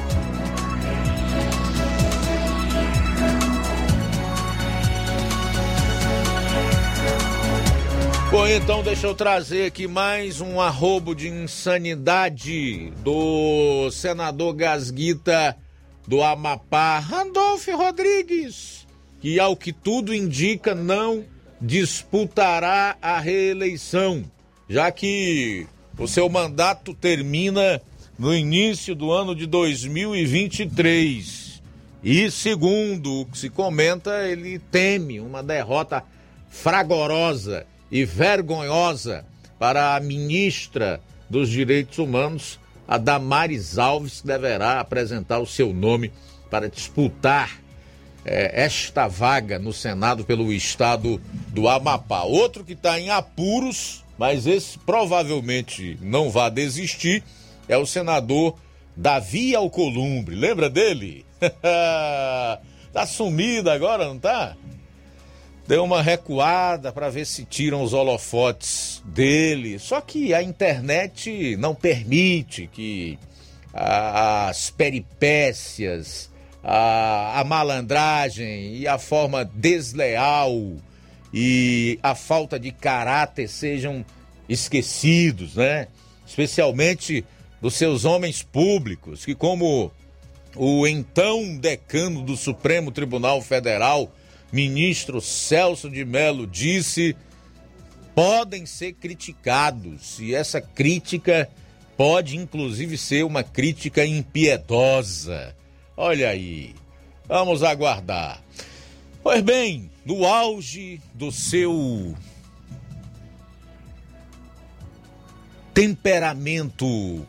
Bom, então deixa eu trazer aqui mais um arrobo de insanidade do senador Gasguita do Amapá, Randolfo Rodrigues, que ao que tudo indica não disputará a reeleição, já que o seu mandato termina no início do ano de 2023. E segundo o que se comenta, ele teme uma derrota fragorosa e vergonhosa para a ministra dos Direitos Humanos, a Damares Alves, que deverá apresentar o seu nome para disputar esta vaga no Senado pelo estado do Amapá. Outro que está em apuros, mas esse provavelmente não vai desistir, é o senador Davi Alcolumbre. Lembra dele? Tá sumido agora, não tá? Deu uma recuada para ver se tiram os holofotes dele. Só que a internet não permite que as peripécias, a malandragem e a forma desleal e a falta de caráter sejam esquecidos, né? Especialmente dos seus homens públicos, que, como o então decano do Supremo Tribunal Federal, ministro Celso de Mello, disse, podem ser criticados, e essa crítica pode inclusive ser uma crítica impiedosa. Olha aí, vamos aguardar. Pois bem, no auge do seu temperamento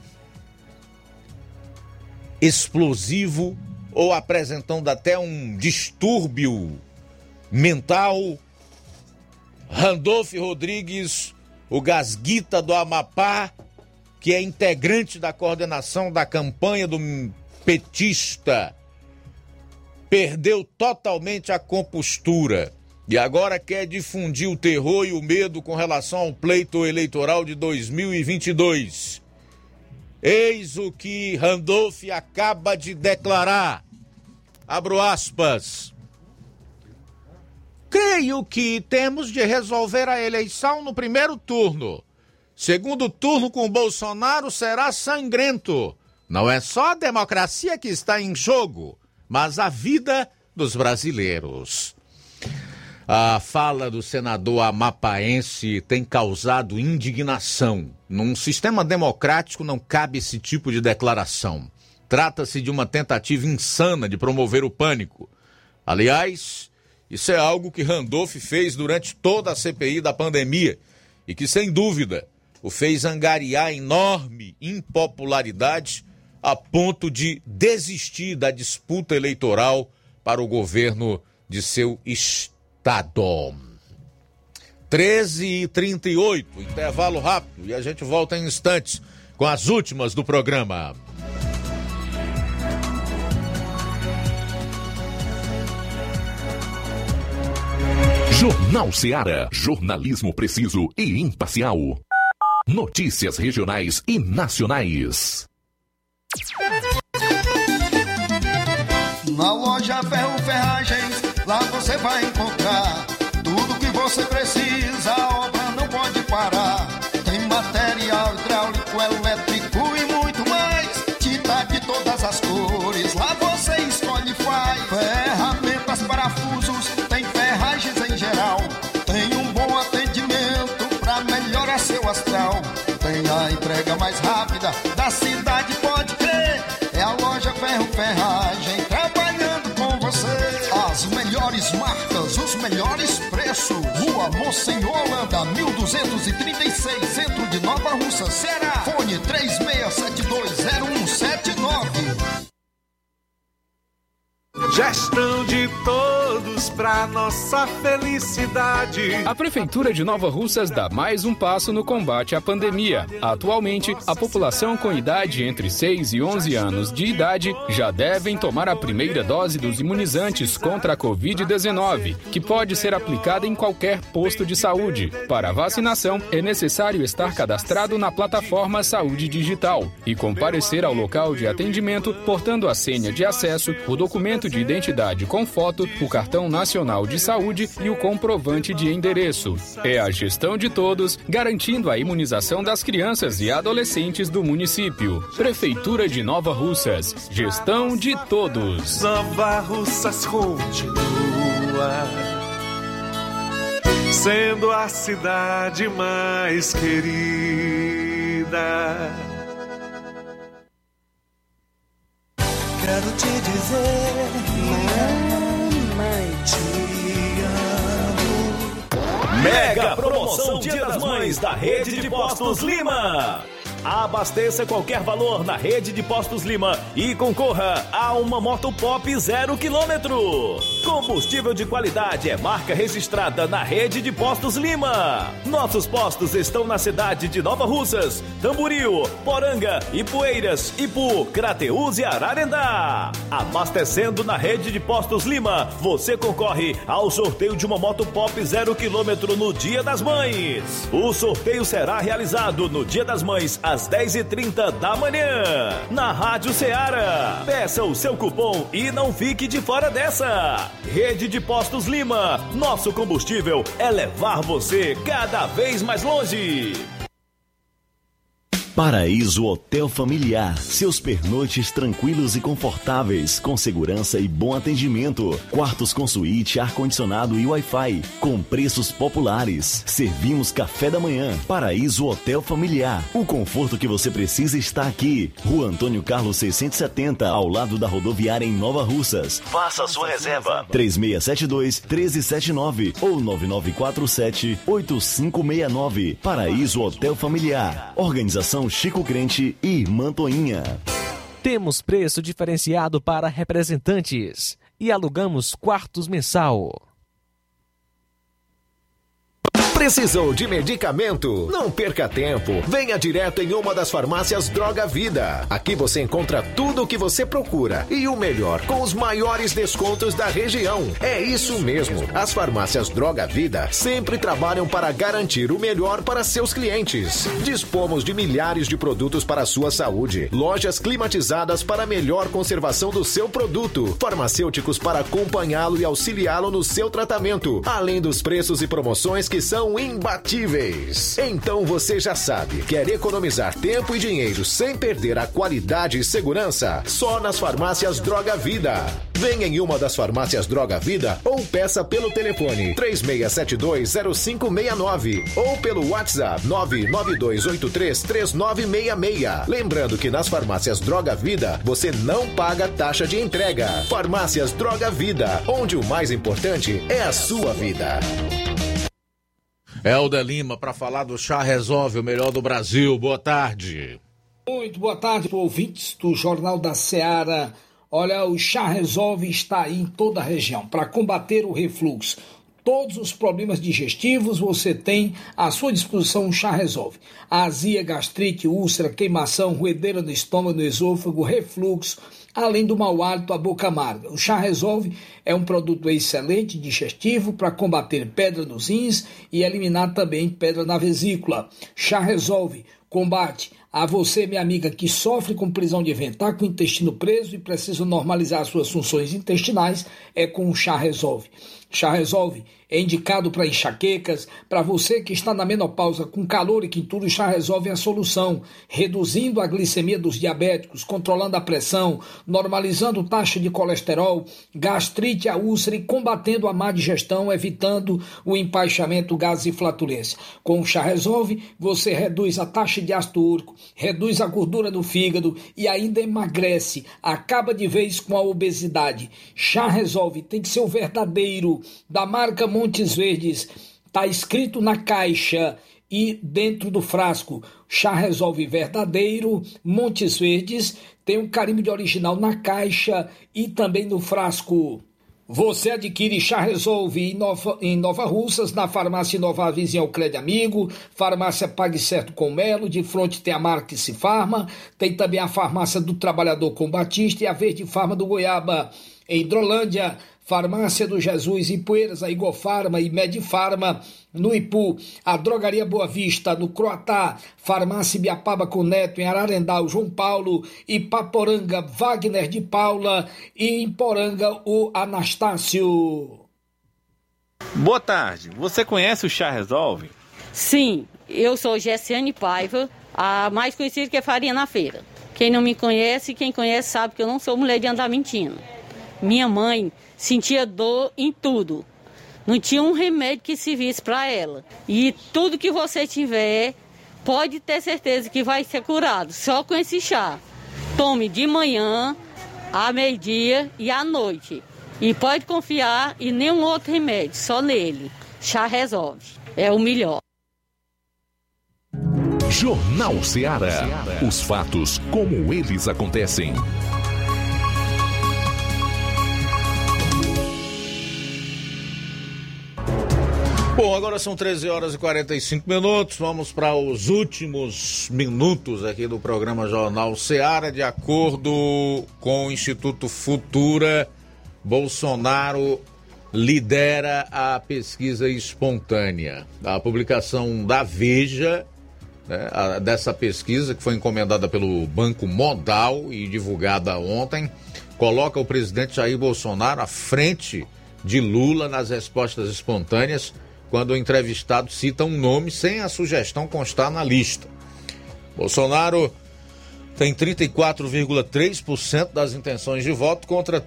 explosivo ou apresentando até um distúrbio mental, Randolph Rodrigues, o Gasguita do Amapá, que é integrante da coordenação da campanha do petista, perdeu totalmente a compostura e agora quer difundir o terror e o medo com relação ao pleito eleitoral de 2022. Eis o que Randolph acaba de declarar. Abro aspas. Creio que temos de resolver a eleição no primeiro turno. Segundo turno com Bolsonaro será sangrento. Não é só a democracia que está em jogo, mas a vida dos brasileiros. A fala do senador amapaense tem causado indignação. Num sistema democrático não cabe esse tipo de declaração. Trata-se de uma tentativa insana de promover o pânico. Aliás, isso é algo que Randolph fez durante toda a CPI da pandemia e que, sem dúvida, o fez angariar enorme impopularidade a ponto de desistir da disputa eleitoral para o governo de seu estado. 13h38, intervalo rápido e a gente volta em instantes com as últimas do programa. Jornal Ceará, jornalismo preciso e imparcial. Notícias regionais e nacionais. Na loja Ferro Ferragens, lá você vai encontrar tudo que você precisa, a obra não pode parar. Tem material hidráulico, elétrico e muito mais, tinta de todas as cores, lá você escolhe e faz. Ferramentas, parafusos, tem ferragens em geral, tem um bom atendimento pra melhorar seu astral. Tem a entrega mais rápida da cidade, pode crer, é a loja Ferro Ferragem trabalhando com você. As melhores marcas, os melhores preços. Rua Monsenhor Holanda, 1236, centro de Nova Russa, Ceará. Fone 36720179. Gestão de todos pra nossa felicidade. A Prefeitura de Nova Russas dá mais um passo no combate à pandemia. Atualmente, a população com idade entre 6 e 11 anos de idade já devem tomar a primeira dose dos imunizantes contra a Covid-19, que pode ser aplicada em qualquer posto de saúde. Para a vacinação, é necessário estar cadastrado na plataforma Saúde Digital e comparecer ao local de atendimento portando a senha de acesso, o documento de identidade com foto, o cartão nacional de saúde e o comprovante de endereço. É a gestão de todos, garantindo a imunização das crianças e adolescentes do município. Prefeitura de Nova Russas. Gestão de todos. Nova Russas continua sendo a cidade mais querida. Quero te dizer, mamãe, te amo. Mega promoção Dia das Mães da Rede de Postos Lima. Abasteça qualquer valor na Rede de Postos Lima e concorra a uma moto pop 0 km. Combustível de qualidade é marca registrada na Rede de Postos Lima. Nossos postos estão na cidade de Nova Russas, Tamboril, Poranga, Ipueiras, Ipu, Crateús e Ararendá. Abastecendo na Rede de Postos Lima, você concorre ao sorteio de uma moto pop 0 km no Dia das Mães. O sorteio será realizado no Dia das Mães às 10h30 da manhã. Na Rádio Ceará. Peça o seu cupom e não fique de fora dessa. Rede de Postos Lima. Nosso combustível é levar você cada vez mais longe. Paraíso Hotel Familiar. Seus pernoites tranquilos e confortáveis, com segurança e bom atendimento. Quartos com suíte, ar-condicionado e Wi-Fi, com preços populares. Servimos café da manhã. Paraíso Hotel Familiar. O conforto que você precisa está aqui. Rua Antônio Carlos 670, ao lado da rodoviária em Nova Russas. Faça a sua reserva. 3672-1379 ou 9947-8569. Paraíso Hotel Familiar. Organização Chico Crente e Mantoinha. Temos preço diferenciado para representantes e alugamos quartos mensal. Precisou de medicamento? Não perca tempo. Venha direto em uma das farmácias Droga Vida. Aqui você encontra tudo o que você procura e o melhor, com os maiores descontos da região. É isso mesmo. As farmácias Droga Vida sempre trabalham para garantir o melhor para seus clientes. Dispomos de milhares de produtos para a sua saúde. Lojas climatizadas para melhor conservação do seu produto. Farmacêuticos para acompanhá-lo e auxiliá-lo no seu tratamento. Além dos preços e promoções que são imbatíveis. Então você já sabe, quer economizar tempo e dinheiro sem perder a qualidade e segurança? Só nas farmácias Droga Vida. Venha em uma das farmácias Droga Vida ou peça pelo telefone 36720569 ou pelo WhatsApp 992833966. Lembrando que nas farmácias Droga Vida você não paga taxa de entrega. Farmácias Droga Vida, onde o mais importante é a sua vida. Helder Lima para falar do Chá Resolve, o melhor do Brasil. Boa tarde. Muito boa tarde para ouvintes do Jornal da Ceará. Olha, o Chá Resolve está aí em toda a região para combater o refluxo. Todos os problemas digestivos você tem à sua disposição o Chá Resolve. Azia, gastrite, úlcera, queimação, roedeira no estômago, no esôfago, refluxo, além do mau hálito, a boca amarga. O Chá Resolve é um produto excelente digestivo para combater pedra nos rins e eliminar também pedra na vesícula. Chá Resolve combate a você, minha amiga, que sofre com prisão de ventre, está com o intestino preso e precisa normalizar suas funções intestinais, é com o Chá Resolve. Chá Resolve é indicado para enxaquecas, para você que está na menopausa com calor e quintura, o Chá Resolve é a solução, reduzindo a glicemia dos diabéticos, controlando a pressão, normalizando taxa de colesterol, gastrite, a úlcera e combatendo a má digestão, evitando o empaixamento, gases e flatulência. Com o Chá Resolve, você reduz a taxa de ácido úrico, reduz a gordura do fígado e ainda emagrece, acaba de vez com a obesidade. Chá Resolve tem que ser o verdadeiro, da marca Montes Verdes, está escrito na caixa e dentro do frasco. Chá Resolve verdadeiro, Montes Verdes, tem um carimbo de original na caixa e também no frasco. Você adquire Chá Resolve em Nova Russas, na farmácia Nova Vizinha Alcrede Amigo, farmácia Pague Certo com Melo, de frente tem a Marques Farma, tem também a farmácia do Trabalhador com Batista e a Verde Farma do Goiaba. Em Hidrolândia, Farmácia do Jesus, Ipueiras, a Igor Farma e Medifarma, no Ipu, a Drogaria Boa Vista, no Croatá, Farmácia Ibiapaba com Neto, em Ararendá, o João Paulo, e Paporanga, Wagner de Paula, e em Poranga, o Anastácio. Boa tarde, você conhece o Chá Resolve? Sim, eu sou Gessiane Paiva, a mais conhecida que é Farinha na Feira. Quem não me conhece, quem conhece sabe que eu não sou mulher de andar mentindo. Minha mãe sentia dor em tudo. Não tinha um remédio que servisse para ela. E tudo que você tiver, pode ter certeza que vai ser curado. Só com esse chá. Tome de manhã, à meio-dia e à noite. E pode confiar em nenhum outro remédio, só nele. Chá Resolve. É o melhor. Jornal Ceará. Os fatos como eles acontecem. Bom, agora são 13 horas e 45 minutos. Vamos para os últimos minutos aqui do programa Jornal Ceará. De acordo com o Instituto Futura, Bolsonaro lidera a pesquisa espontânea. A publicação da Veja né, dessa pesquisa que foi encomendada pelo Banco Modal e divulgada ontem, coloca o presidente Jair Bolsonaro à frente de Lula nas respostas espontâneas quando o entrevistado cita um nome sem a sugestão constar na lista. Bolsonaro tem 34,3% das intenções de voto contra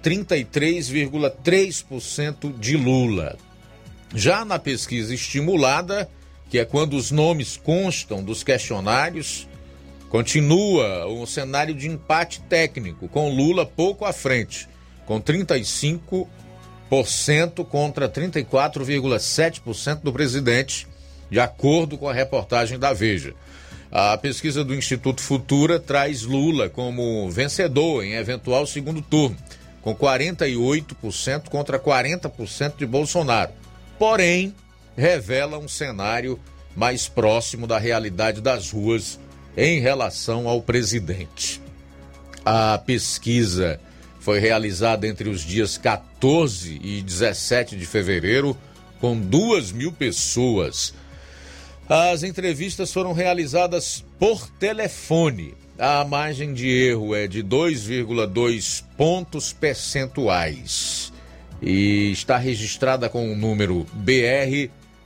33,3% de Lula. Já na pesquisa estimulada, que é quando os nomes constam dos questionários, continua um cenário de empate técnico, com Lula pouco à frente, com 35% contra 34,7% do presidente, de acordo com a reportagem da Veja. A pesquisa do Instituto Futura traz Lula como vencedor em eventual segundo turno, com 48% contra 40% de Bolsonaro. Porém, revela um cenário mais próximo da realidade das ruas em relação ao presidente. A pesquisa foi realizada entre os dias 14 e 17 de fevereiro, com 2.000 pessoas. As entrevistas foram realizadas por telefone. A margem de erro é de 2,2 pontos percentuais e está registrada com o número BR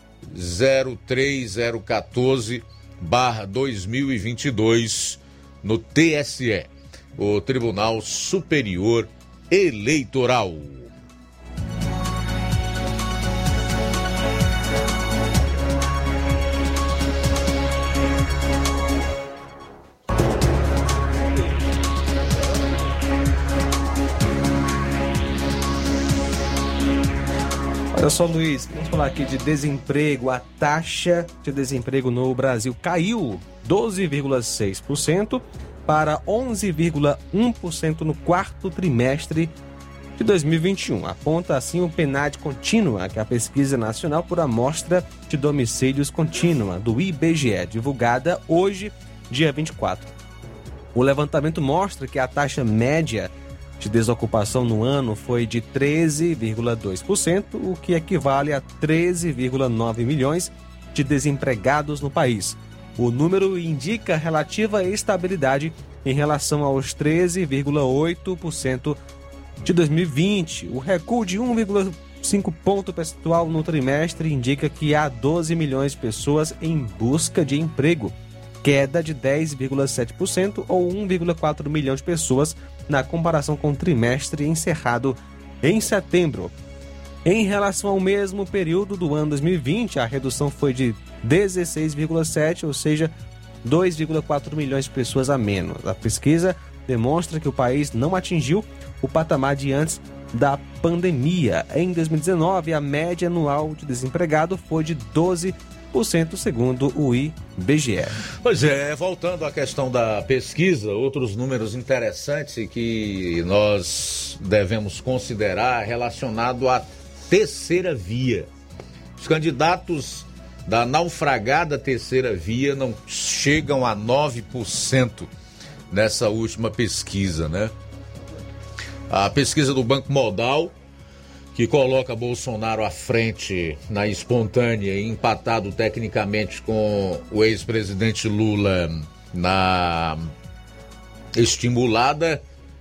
03014/2022 no TSE, o Tribunal Superior Eleitoral. Olha só, Luiz, vamos falar aqui de desemprego. A taxa de desemprego no Brasil caiu 12,6% para 11,1% no quarto trimestre de 2021. Aponta assim o PNAD Contínua, que é a Pesquisa Nacional por Amostra de Domicílios Contínua, do IBGE, divulgada hoje, dia 24. O levantamento mostra que a taxa média de desocupação no ano foi de 13,2%, o que equivale a 13,9 milhões de desempregados no país. O número indica relativa estabilidade em relação aos 13,8% de 2020. O recuo de 1,5 ponto percentual no trimestre indica que há 12 milhões de pessoas em busca de emprego, queda de 10,7% ou 1,4 milhão de pessoas na comparação com o trimestre encerrado em setembro. Em relação ao mesmo período do ano 2020, a redução foi de 16,7%, ou seja, 2,4 milhões de pessoas a menos. A pesquisa demonstra que o país não atingiu o patamar de antes da pandemia. Em 2019, a média anual de desempregado foi de 12%, segundo o IBGE. Pois é, voltando à questão da pesquisa, outros números interessantes e que nós devemos considerar relacionado à terceira via. Os candidatos da naufragada terceira via não chegam a 9% nessa última pesquisa, né? A pesquisa do Banco Modal, que coloca Bolsonaro à frente na espontânea e empatado tecnicamente com o ex-presidente Lula na estimulada,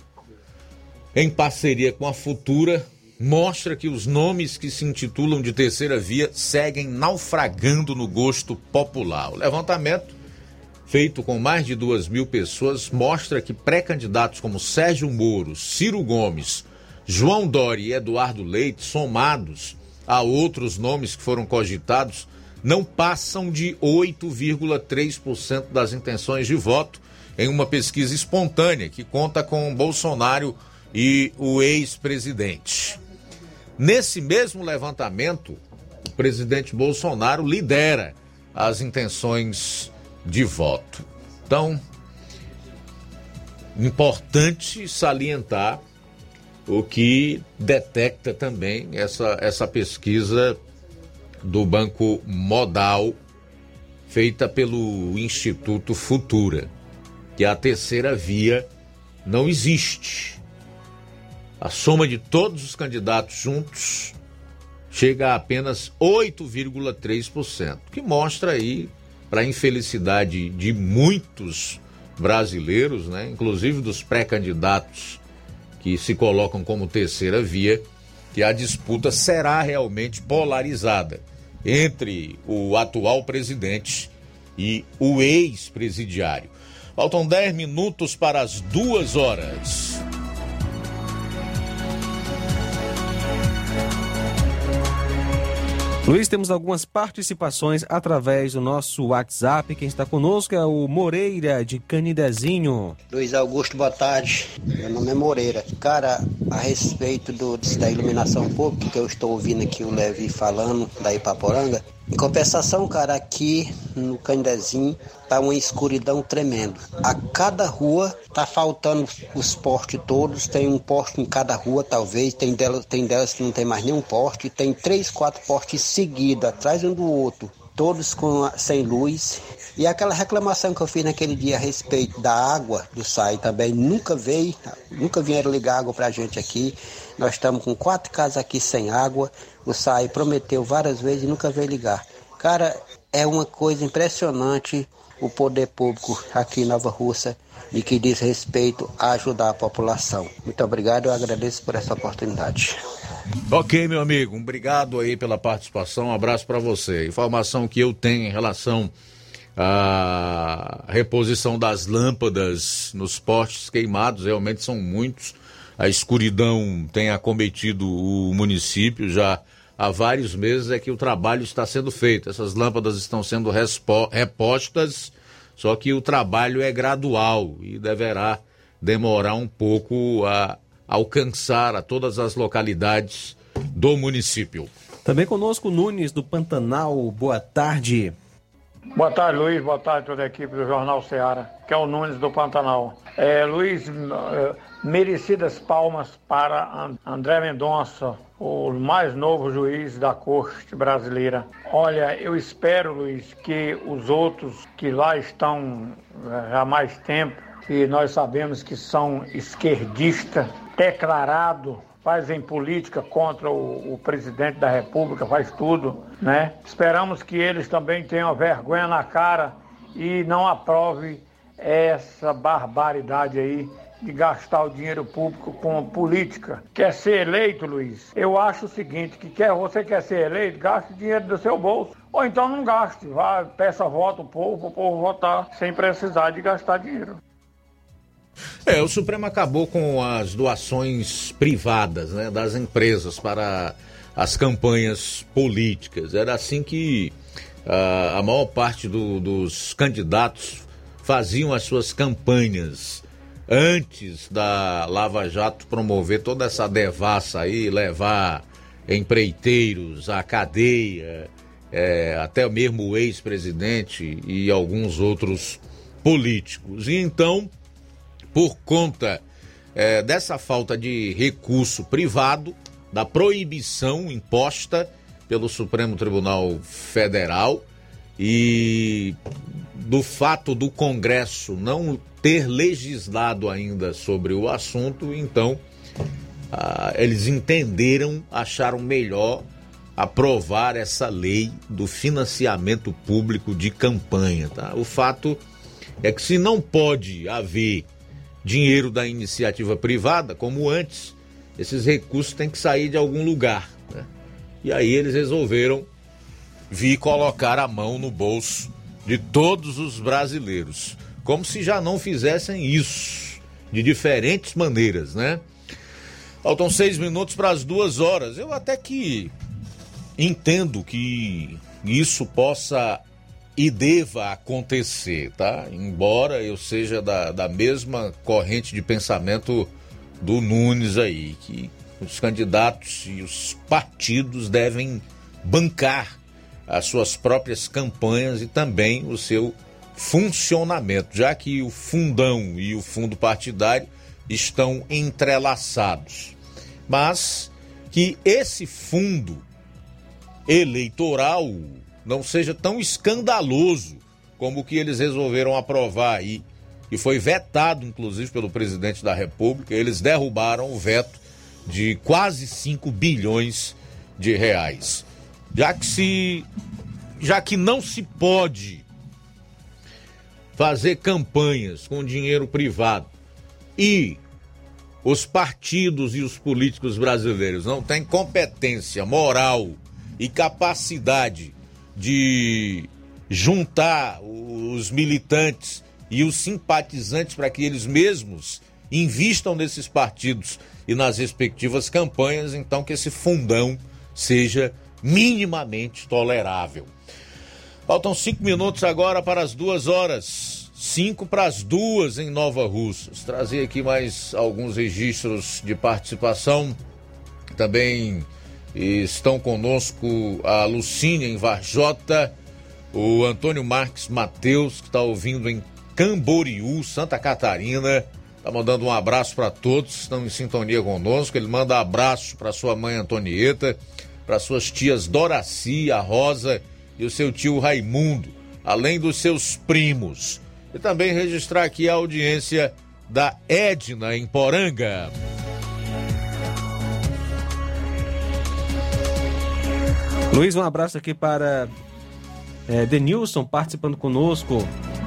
em parceria com a Futura, mostra que os nomes que se intitulam de terceira via seguem naufragando no gosto popular. O levantamento, feito com mais de 2.000 pessoas, mostra que pré-candidatos como Sérgio Moro, Ciro Gomes, João Dória e Eduardo Leite, somados a outros nomes que foram cogitados, não passam de 8,3% das intenções de voto em uma pesquisa espontânea que conta com Bolsonaro e o ex-presidente. Nesse mesmo levantamento, o presidente Bolsonaro lidera as intenções de voto. Então, importante salientar o que detecta também essa pesquisa do Banco Modal, feita pelo Instituto Futura, que a terceira via não existe. A soma de todos os candidatos juntos chega a apenas 8,3%, que mostra aí para a infelicidade de muitos brasileiros, né? Inclusive dos pré-candidatos que se colocam como terceira via, que a disputa será realmente polarizada entre o atual presidente e o ex-presidiário. Faltam 10 minutos para as 2 horas. Luiz, temos algumas participações através do nosso WhatsApp. Quem está conosco é o Moreira, de Canidezinho. Luiz Augusto, boa tarde. Meu nome é Moreira. Cara, a respeito da iluminação pública, que eu estou ouvindo aqui o Levi falando, da Ipaporanga, em compensação, cara, aqui no Canidezinho tá uma escuridão tremenda. A cada rua tá faltando os postes todos, tem um poste em cada rua, talvez, tem delas que não tem mais nenhum poste, tem 3, 4 postes seguidos, atrás um do outro, todos sem luz. E aquela reclamação que eu fiz naquele dia a respeito da água do SAI também, nunca vieram ligar água pra gente aqui. Nós estamos com 4 casas aqui sem água, o SAI prometeu várias vezes e nunca veio ligar. Cara, é uma coisa impressionante o poder público aqui em Nova Russa e que diz respeito a ajudar a população. Muito obrigado, eu agradeço por essa oportunidade. Ok, meu amigo, obrigado aí pela participação, um abraço para você. Informação que eu tenho em relação à reposição das lâmpadas nos postes queimados, realmente são muitos. A escuridão tem acometido o município já há vários meses, é que o trabalho está sendo feito. Essas lâmpadas estão sendo repostas, só que o trabalho é gradual e deverá demorar um pouco a alcançar a todas as localidades do município. Também conosco Nunes, do Pantanal. Boa tarde. Boa tarde, Luiz. Boa tarde, toda a equipe do Jornal Ceará, que é o Nunes do Pantanal. Luiz, merecidas palmas para André Mendonça, o mais novo juiz da Corte Brasileira. Olha, eu espero, Luiz, que os outros que lá estão há mais tempo, que nós sabemos que são esquerdistas, declarado, fazem política contra o presidente da República, faz tudo, né? Esperamos que eles também tenham vergonha na cara e não aprovem essa barbaridade aí de gastar o dinheiro público com política. Quer ser eleito, Luiz? Eu acho o seguinte, você quer ser eleito, gaste o dinheiro do seu bolso. Ou então não gaste, vá, peça voto ao povo, o povo votar sem precisar de gastar dinheiro. O Supremo acabou com as doações privadas, né, das empresas para as campanhas políticas. Era assim que a maior parte dos candidatos faziam as suas campanhas antes da Lava Jato promover toda essa devassa aí, levar empreiteiros à cadeia, até mesmo o ex-presidente e alguns outros políticos. E então, por conta dessa falta de recurso privado, da proibição imposta pelo Supremo Tribunal Federal e do fato do Congresso não ter legislado ainda sobre o assunto, então eles acharam melhor aprovar essa lei do financiamento público de campanha, tá? O fato é que se não pode haver dinheiro da iniciativa privada, como antes, esses recursos têm que sair de algum lugar, né? E aí eles resolveram vir colocar a mão no bolso de todos os brasileiros, como se já não fizessem isso de diferentes maneiras, né? Faltam 6 minutos para as 2 horas. Eu até que entendo que isso possa e deva acontecer, tá? Embora eu seja da mesma corrente de pensamento do Nunes aí, que os candidatos e os partidos devem bancar as suas próprias campanhas e também o seu funcionamento, já que o fundão e o fundo partidário estão entrelaçados. Mas que esse fundo eleitoral não seja tão escandaloso como o que eles resolveram aprovar aí, que foi vetado, inclusive, pelo presidente da República. Eles derrubaram o veto de quase 5 bilhões de reais. Já que não se pode fazer campanhas com dinheiro privado e os partidos e os políticos brasileiros não têm competência moral e capacidade de juntar os militantes e os simpatizantes para que eles mesmos invistam nesses partidos e nas respectivas campanhas, então que esse fundão seja minimamente tolerável. Faltam 5 minutos agora para as 2 horas, 5 para as 2 em Nova Russas. Trazer aqui mais alguns registros de participação. Também estão conosco a Lucínia em Varjota, o Antônio Marques Mateus, que está ouvindo em Camboriú, Santa Catarina. Está mandando um abraço para todos que estão em sintonia conosco. Ele manda abraço para sua mãe Antonieta, para suas tias Doraci, a Rosa e o seu tio Raimundo, além dos seus primos. E também registrar aqui a audiência da Edna em Poranga. Luiz, um abraço aqui para Denilson participando conosco.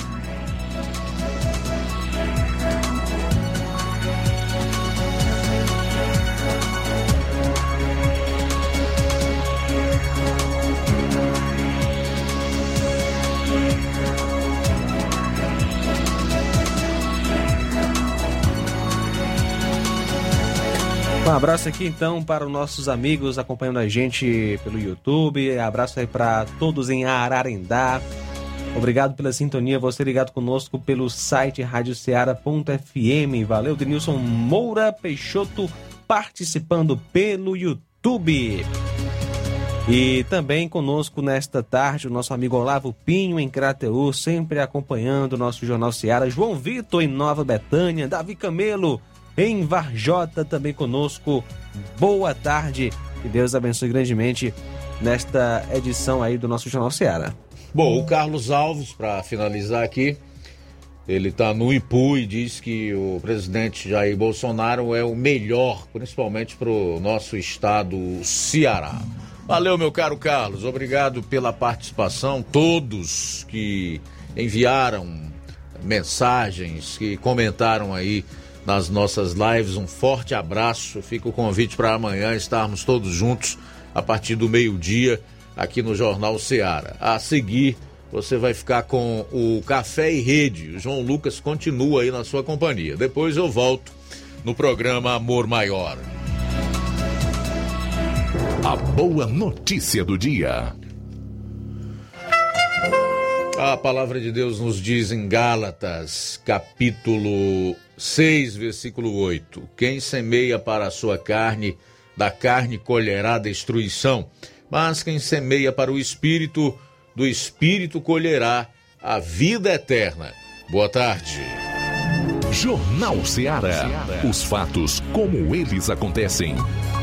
Um abraço aqui então para os nossos amigos acompanhando a gente pelo YouTube. Abraço aí para todos em Ararendá. Obrigado pela sintonia, você ligado conosco pelo site radioceara.fm. Valeu, Denilson Moura Peixoto participando pelo YouTube. E também conosco nesta tarde o nosso amigo Olavo Pinho em Crateús, sempre acompanhando o nosso Jornal Seara. João Vitor em Nova Betânia, Davi Camelo em Varjota também conosco. Boa tarde, que Deus abençoe grandemente nesta edição aí do nosso Jornal Seara. Bom, o Carlos Alves, para finalizar aqui, ele está no Ipu e diz que o presidente Jair Bolsonaro é o melhor, principalmente para o nosso estado Ceará. Valeu, meu caro Carlos, obrigado pela participação, todos que enviaram mensagens, que comentaram aí nas nossas lives, um forte abraço. Fica o convite para amanhã estarmos todos juntos a partir do meio-dia aqui no Jornal Seara. A seguir, você vai ficar com o Café e Rede. O João Lucas continua aí na sua companhia. Depois eu volto no programa Amor Maior. A boa notícia do dia. A palavra de Deus nos diz em Gálatas, capítulo 6, versículo 8. Quem semeia para a sua carne, da carne colherá destruição. Mas quem semeia para o Espírito, do Espírito colherá a vida eterna. Boa tarde. Jornal Seara. Os fatos como eles acontecem.